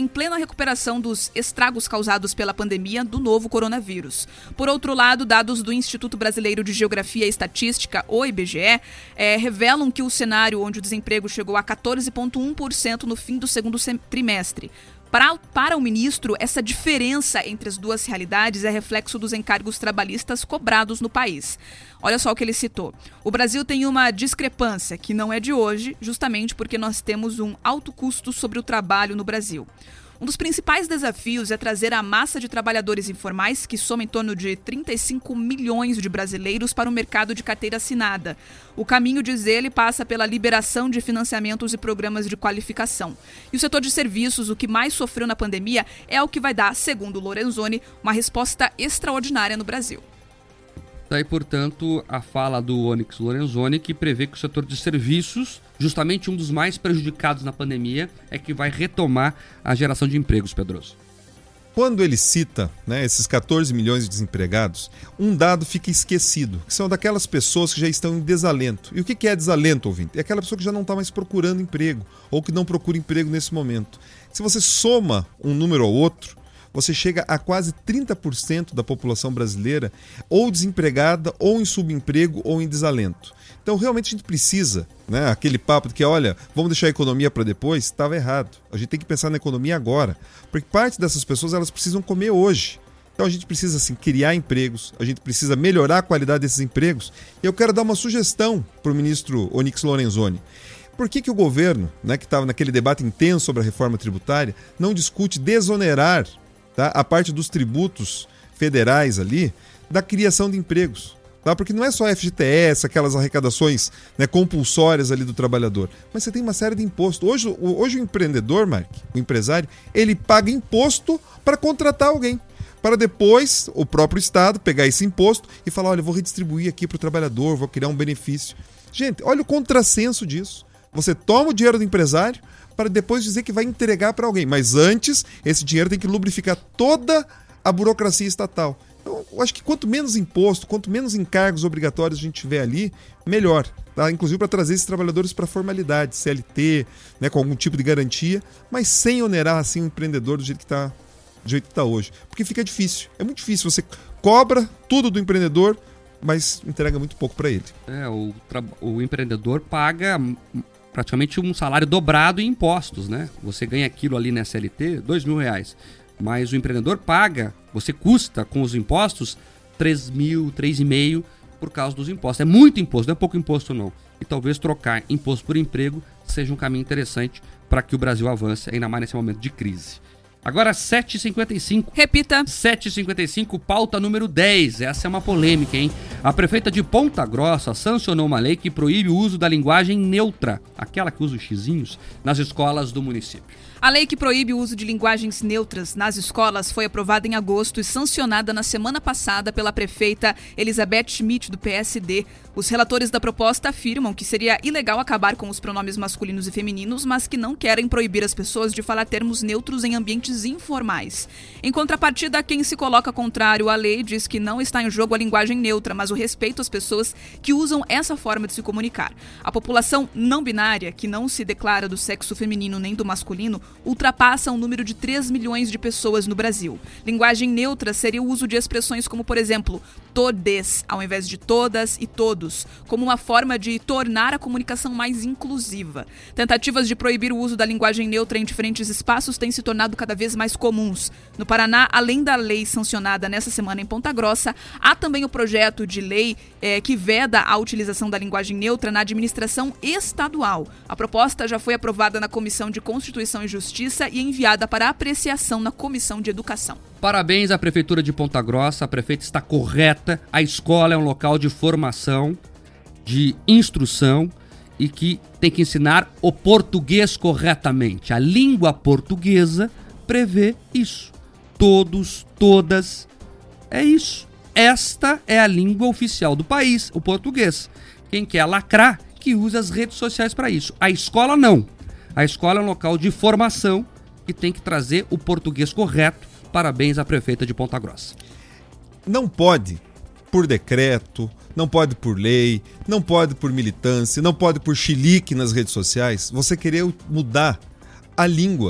recuperação dos estragos causados pela pandemia do novo coronavírus. Por outro lado, dados do Instituto Brasileiro de Geografia e Estatística, o I B G E, é, revelam que o cenário onde o desemprego chegou a quatorze vírgula um por cento no fim do segundo trimestre. Para, para o ministro, essa diferença entre as duas realidades é reflexo dos encargos trabalhistas cobrados no país. Olha só o que ele citou. O Brasil tem uma discrepância que não é de hoje, justamente porque nós temos um alto custo sobre o trabalho no Brasil. Um dos principais desafios é trazer a massa de trabalhadores informais, que soma em torno de trinta e cinco milhões de brasileiros, para o mercado de carteira assinada. O caminho, diz ele, passa pela liberação de financiamentos e programas de qualificação. E o setor de serviços, o que mais sofreu na pandemia, é o que vai dar, segundo Lorenzoni, uma resposta extraordinária no Brasil. Daí, portanto, a fala do Onyx Lorenzoni, que prevê que o setor de serviços, justamente um dos mais prejudicados na pandemia, é que vai retomar a geração de empregos, Pedroso. Quando ele cita, né, esses quatorze milhões de desempregados, um dado fica esquecido, que são daquelas pessoas que já estão em desalento. E o que é desalento, ouvinte? É aquela pessoa que já não está mais procurando emprego, ou que não procura emprego nesse momento. Se você soma um número ao outro, você chega a quase trinta por cento da população brasileira ou desempregada, ou em subemprego, ou em desalento. Então, realmente, a gente precisa, né, aquele papo de que, olha, vamos deixar a economia para depois, estava errado. A gente tem que pensar na economia agora, porque parte dessas pessoas, elas precisam comer hoje. Então, a gente precisa, assim, criar empregos, a gente precisa melhorar a qualidade desses empregos. E eu quero dar uma sugestão para o ministro Onyx Lorenzoni. Por que que o governo, né, que estava naquele debate intenso sobre a reforma tributária, não discute desonerar, tá, a parte dos tributos federais ali, da criação de empregos? Tá? Porque não é só F G T S, aquelas arrecadações, né, compulsórias ali do trabalhador, mas você tem uma série de impostos. Hoje, o, hoje o empreendedor, Mark, o empresário, ele paga imposto para contratar alguém, para depois o próprio Estado pegar esse imposto e falar, olha, eu vou redistribuir aqui para o trabalhador, vou criar um benefício. Gente, olha o contrassenso disso. Você toma o dinheiro do empresário para depois dizer que vai entregar para alguém, mas antes esse dinheiro tem que lubrificar toda a burocracia estatal. Então, eu acho que quanto menos imposto, quanto menos encargos obrigatórios a gente tiver ali, melhor. Tá? Inclusive para trazer esses trabalhadores para a formalidade, C L T, né, com algum tipo de garantia, mas sem onerar assim, o empreendedor do jeito que está do jeito que está hoje. Porque fica difícil. É muito difícil. Você cobra tudo do empreendedor, mas entrega muito pouco para ele. É, o, tra... o empreendedor paga praticamente um salário dobrado em impostos, né? Você ganha aquilo ali na C L T, dois mil reais. Mas o empreendedor paga, você custa com os impostos três mil, três vírgula cinco mil por causa dos impostos. É muito imposto, não é pouco imposto não. E talvez trocar imposto por emprego seja um caminho interessante para que o Brasil avance, ainda mais nesse momento de crise. Agora sete e cinquenta e cinco. Repita. sete e cinquenta e cinco, pauta número dez. Essa é uma polêmica, hein? A prefeita de Ponta Grossa sancionou uma lei que proíbe o uso da linguagem neutra, aquela que usa os xizinhos, nas escolas do município. A lei que proíbe o uso de linguagens neutras nas escolas foi aprovada em agosto e sancionada na semana passada pela prefeita Elizabeth Schmidt, do P S D. Os relatores da proposta afirmam que seria ilegal acabar com os pronomes masculinos e femininos, mas que não querem proibir as pessoas de falar termos neutros em ambientes informais. Em contrapartida, quem se coloca contrário à lei diz que não está em jogo a linguagem neutra, mas o respeito às pessoas que usam essa forma de se comunicar. A população não binária, que não se declara do sexo feminino nem do masculino, ultrapassa um número de três milhões de pessoas no Brasil. Linguagem neutra seria o uso de expressões como, por exemplo, todes, ao invés de todas e todos, como uma forma de tornar a comunicação mais inclusiva. Tentativas de proibir o uso da linguagem neutra em diferentes espaços têm se tornado cada vez mais comuns. No Paraná, além da lei sancionada nessa semana em Ponta Grossa, há também o projeto de lei eh, que veda a utilização da linguagem neutra na administração estadual. A proposta já foi aprovada na Comissão de Constituição e Justiça e enviada para apreciação na Comissão de Educação. Parabéns à Prefeitura de Ponta Grossa, a prefeita está correta, a escola é um local de formação, de instrução e que tem que ensinar o português corretamente. A língua portuguesa prevê isso. Todos, todas, é isso. Esta é a língua oficial do país, o português. Quem quer lacrar, que usa as redes sociais para isso. A escola não. A escola é um local de formação que tem que trazer o português correto. Parabéns à prefeita de Ponta Grossa. Não pode por decreto, não pode por lei, não pode por militância, não pode por chilique nas redes sociais, você querer mudar a língua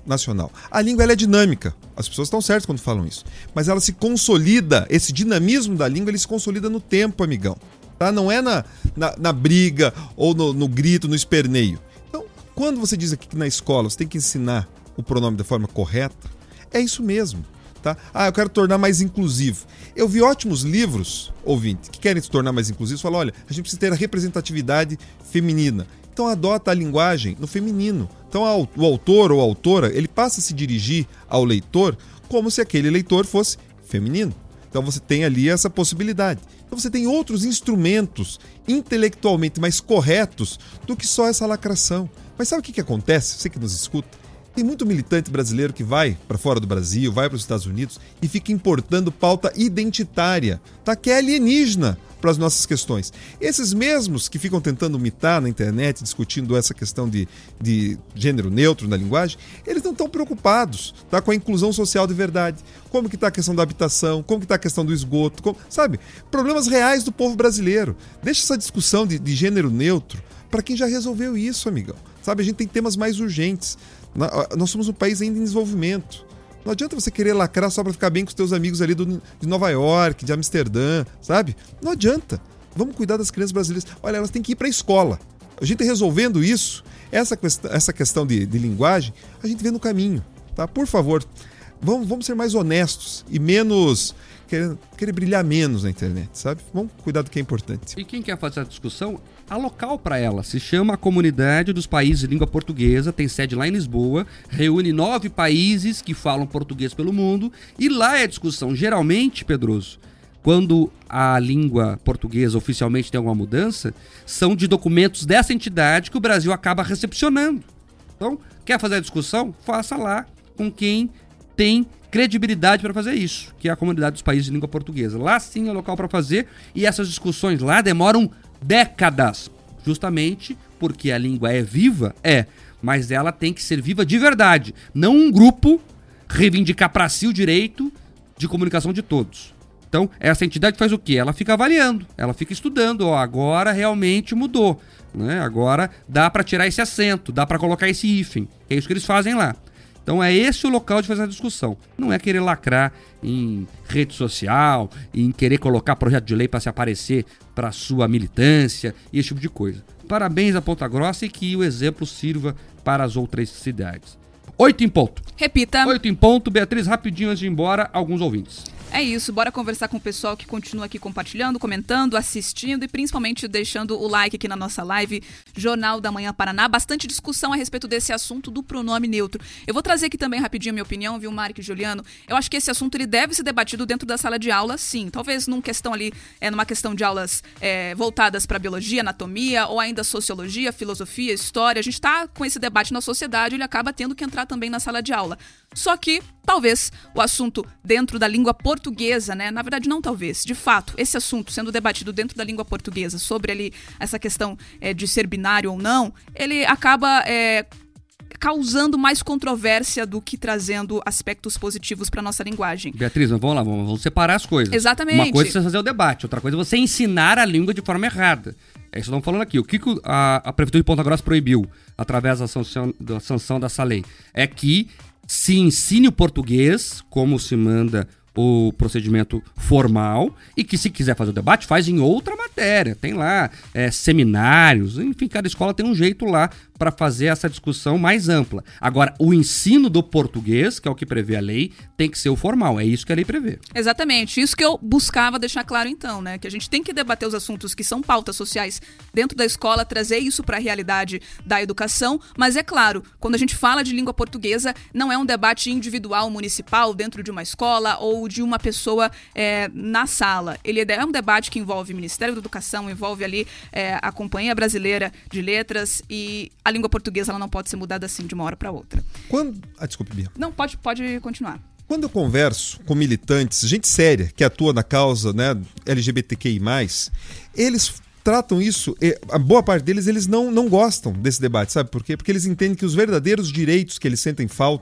nacional. A língua ela é dinâmica, as pessoas estão certas quando falam isso, mas ela se consolida, esse dinamismo da língua ele se consolida no tempo, amigão. Tá? Não é na, na, na briga ou no, no grito, no esperneio. Então, quando você diz aqui que na escola você tem que ensinar o pronome da forma correta, é isso mesmo. Tá? Ah, eu quero tornar mais inclusivo. Eu vi ótimos livros, ouvinte, que querem se tornar mais inclusivos, falam, olha, a gente precisa ter a representatividade feminina. Então adota a linguagem no feminino. Então o autor ou a autora, ele passa a se dirigir ao leitor como se aquele leitor fosse feminino. Então você tem ali essa possibilidade. Então você tem outros instrumentos intelectualmente mais corretos do que só essa lacração. Mas sabe o que, que acontece? Você que nos escuta, tem muito militante brasileiro que vai para fora do Brasil, vai para os Estados Unidos e fica importando pauta identitária, tá? Que é alienígena para as nossas questões. Esses mesmos que ficam tentando mitar na internet, discutindo essa questão de, de gênero neutro na linguagem, eles não estão preocupados, tá, com a inclusão social de verdade. Como que está a questão da habitação, como que está a questão do esgoto, como, sabe? Problemas reais do povo brasileiro. Deixa essa discussão de, de gênero neutro para quem já resolveu isso, amigão. Sabe, a gente tem temas mais urgentes. Nós somos um país ainda em desenvolvimento. Não adianta você querer lacrar só para ficar bem com os teus amigos ali do, de Nova York, de Amsterdã, sabe? Não adianta. Vamos cuidar das crianças brasileiras. Olha, elas têm que ir para a escola. A gente resolvendo isso, essa, quest- essa questão de, de linguagem, a gente vê no caminho, tá? Por favor, vamos, vamos ser mais honestos e menos... Querer, querer brilhar menos na internet, sabe? Vamos cuidar do que é importante. E quem quer fazer a discussão, há local para ela. Se chama a Comunidade dos Países de Língua Portuguesa, tem sede lá em Lisboa, reúne nove países que falam português pelo mundo, e lá é a discussão. Geralmente, Pedroso, quando a língua portuguesa oficialmente tem alguma mudança, são de documentos dessa entidade que o Brasil acaba recepcionando. Então, quer fazer a discussão? Faça lá com quem tem credibilidade para fazer isso, que é a Comunidade dos Países de Língua Portuguesa. Lá sim é local para fazer, e essas discussões lá demoram décadas, justamente porque a língua é viva, é, mas ela tem que ser viva de verdade, não um grupo reivindicar para si o direito de comunicação de todos. Então, essa entidade faz o quê? Ela fica avaliando, ela fica estudando, ó, agora realmente mudou, né? Agora dá para tirar esse acento, dá para colocar esse hífen, é isso que eles fazem lá. Então é esse o local de fazer a discussão. Não é querer lacrar em rede social, em querer colocar projeto de lei para se aparecer para sua militância e esse tipo de coisa. Parabéns a Ponta Grossa e que o exemplo sirva para as outras cidades. Oito em ponto. Repita. Oito em ponto. Beatriz, rapidinho antes de ir embora, alguns ouvintes. É isso, bora conversar com o pessoal que continua aqui compartilhando, comentando, assistindo e principalmente deixando o like aqui na nossa live Jornal da Manhã Paraná. Bastante discussão a respeito desse assunto do pronome neutro. Eu vou trazer aqui também rapidinho a minha opinião, viu, Mark e Juliano? Eu acho que esse assunto ele deve ser debatido dentro da sala de aula, sim. Talvez numa questão ali, é, numa questão de aulas é, voltadas para biologia, anatomia ou ainda sociologia, filosofia, história. A gente está com esse debate na sociedade, ele acaba tendo que entrar também na sala de aula. Só que, talvez, o assunto dentro da língua portuguesa, né? Na verdade, não talvez. De fato, esse assunto sendo debatido dentro da língua portuguesa, sobre ali essa questão é, de ser binário ou não, ele acaba é, causando mais controvérsia do que trazendo aspectos positivos para nossa linguagem. Beatriz, vamos lá, vamos, vamos separar as coisas. Exatamente. Uma coisa é você fazer o debate, outra coisa é você ensinar a língua de forma errada. É isso que estamos falando aqui. O que a, a Prefeitura de Ponta Grossa proibiu, através da sanção, da sanção dessa lei, é que se ensine o português, como se manda o procedimento formal, e que se quiser fazer o debate, faz em outra matéria. Tem lá é, seminários, enfim, cada escola tem um jeito lá para fazer essa discussão mais ampla. Agora, o ensino do português, que é o que prevê a lei, tem que ser o formal. É isso que a lei prevê. Exatamente. Isso que eu buscava deixar claro então, né? Que a gente tem que debater os assuntos que são pautas sociais dentro da escola, trazer isso para a realidade da educação. Mas é claro, quando a gente fala de língua portuguesa, não é um debate individual, municipal, dentro de uma escola ou de uma pessoa é, na sala. Ele é um debate que envolve o Ministério da Educação, envolve ali é, a Companhia Brasileira de Letras, e a língua portuguesa ela não pode ser mudada assim de uma hora para outra. Quando... Ah, desculpe, Bia. Não, pode, pode continuar. Quando eu converso com militantes, gente séria, que atua na causa, né, L G B T Q I mais, eles tratam isso, a boa parte deles, eles não, não gostam desse debate, sabe por quê? Porque eles entendem que os verdadeiros direitos que eles sentem falta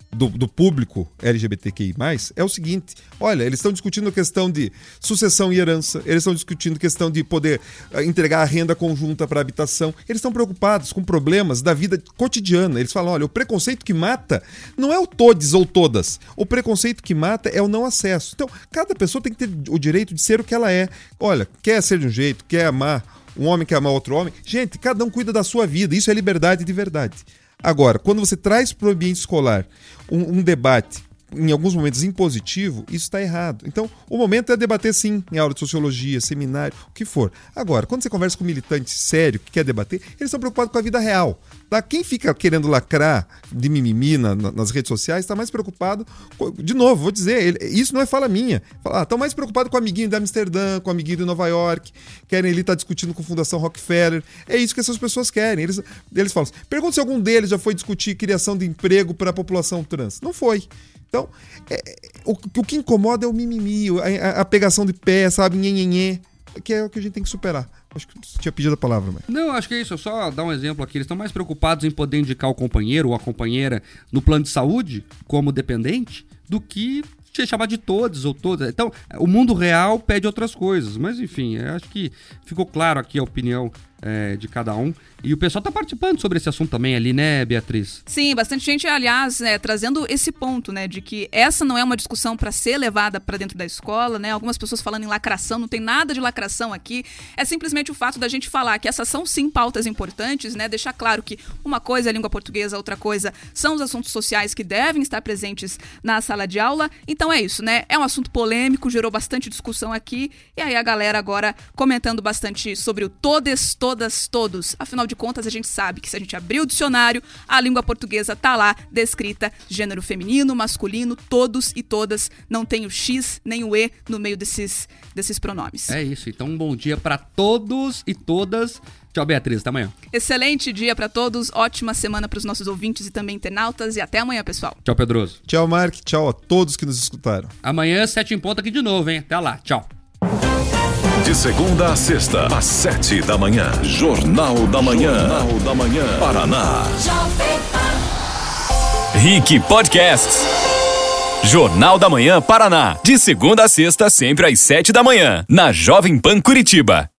do, do público L G B T Q I mais, é o seguinte: olha, eles estão discutindo a questão de sucessão e herança, eles estão discutindo a questão de poder uh, entregar a renda conjunta para habitação, eles estão preocupados com problemas da vida cotidiana. Eles falam, olha, o preconceito que mata não é o todes ou todas, o preconceito que mata é o não acesso. Então, cada pessoa tem que ter o direito de ser o que ela é. Olha, quer ser de um jeito, quer amar um homem, quer amar outro homem, gente, cada um cuida da sua vida, isso é liberdade de verdade. Agora, quando você traz para o ambiente escolar um, um debate, em alguns momentos impositivo, isso está errado. Então, o momento é debater sim, em aula de sociologia, seminário, o que for. Agora, quando você conversa com um militante sério que quer debater, eles estão preocupados com a vida real. Tá? Quem fica querendo lacrar de mimimi na, nas redes sociais está mais preocupado, com, de novo, vou dizer, ele, isso não é fala minha. Estão ah, mais preocupados com o amiguinho de Amsterdã, com o amiguinho de Nova York, querem ele estar tá discutindo com a Fundação Rockefeller. É isso que essas pessoas querem. Eles, eles falam assim, pergunta se algum deles já foi discutir criação de emprego para a população trans. Não foi. Então, é, o, o que incomoda é o mimimi, a, a pegação de pé, sabe, nhenhenhê, que é o que a gente tem que superar. Acho que você tinha pedido a palavra, mas... Não, acho que é isso, eu só dar um exemplo aqui. Eles estão mais preocupados em poder indicar o companheiro ou a companheira no plano de saúde, como dependente, do que chamar de todos ou todas. Então, o mundo real pede outras coisas, mas enfim, acho que ficou claro aqui a opinião é, de cada um. E o pessoal tá participando sobre esse assunto também ali, né, Beatriz? Sim, bastante gente, aliás, é, trazendo esse ponto, né, de que essa não é uma discussão para ser levada para dentro da escola, né? Algumas pessoas falando em lacração, não tem nada de lacração aqui. É simplesmente o fato da gente falar que essas são sim pautas importantes, né? Deixar claro que uma coisa é a língua portuguesa, outra coisa são os assuntos sociais que devem estar presentes na sala de aula. Então é isso, né? É um assunto polêmico, gerou bastante discussão aqui. E aí a galera agora comentando bastante sobre o todes, todas, todos. Afinal de contas, a gente sabe que se a gente abrir o dicionário, a língua portuguesa tá lá descrita gênero feminino, masculino, todos e todas, não tem o X nem o E no meio desses, desses pronomes. É isso, então um bom dia para todos e todas. Tchau, Beatriz, até amanhã. Excelente dia para todos, ótima semana para os nossos ouvintes e também internautas e até amanhã, pessoal. Tchau, Pedroso. Tchau, Mark, tchau a todos que nos escutaram. Amanhã, sete em ponto aqui de novo, hein? Até lá, tchau. De segunda a sexta, às sete da manhã. Jornal da Manhã. Jornal da Manhã. Paraná. Rick Podcasts. Jornal da Manhã Paraná. De segunda a sexta, sempre às sete da manhã. Na Jovem Pan Curitiba.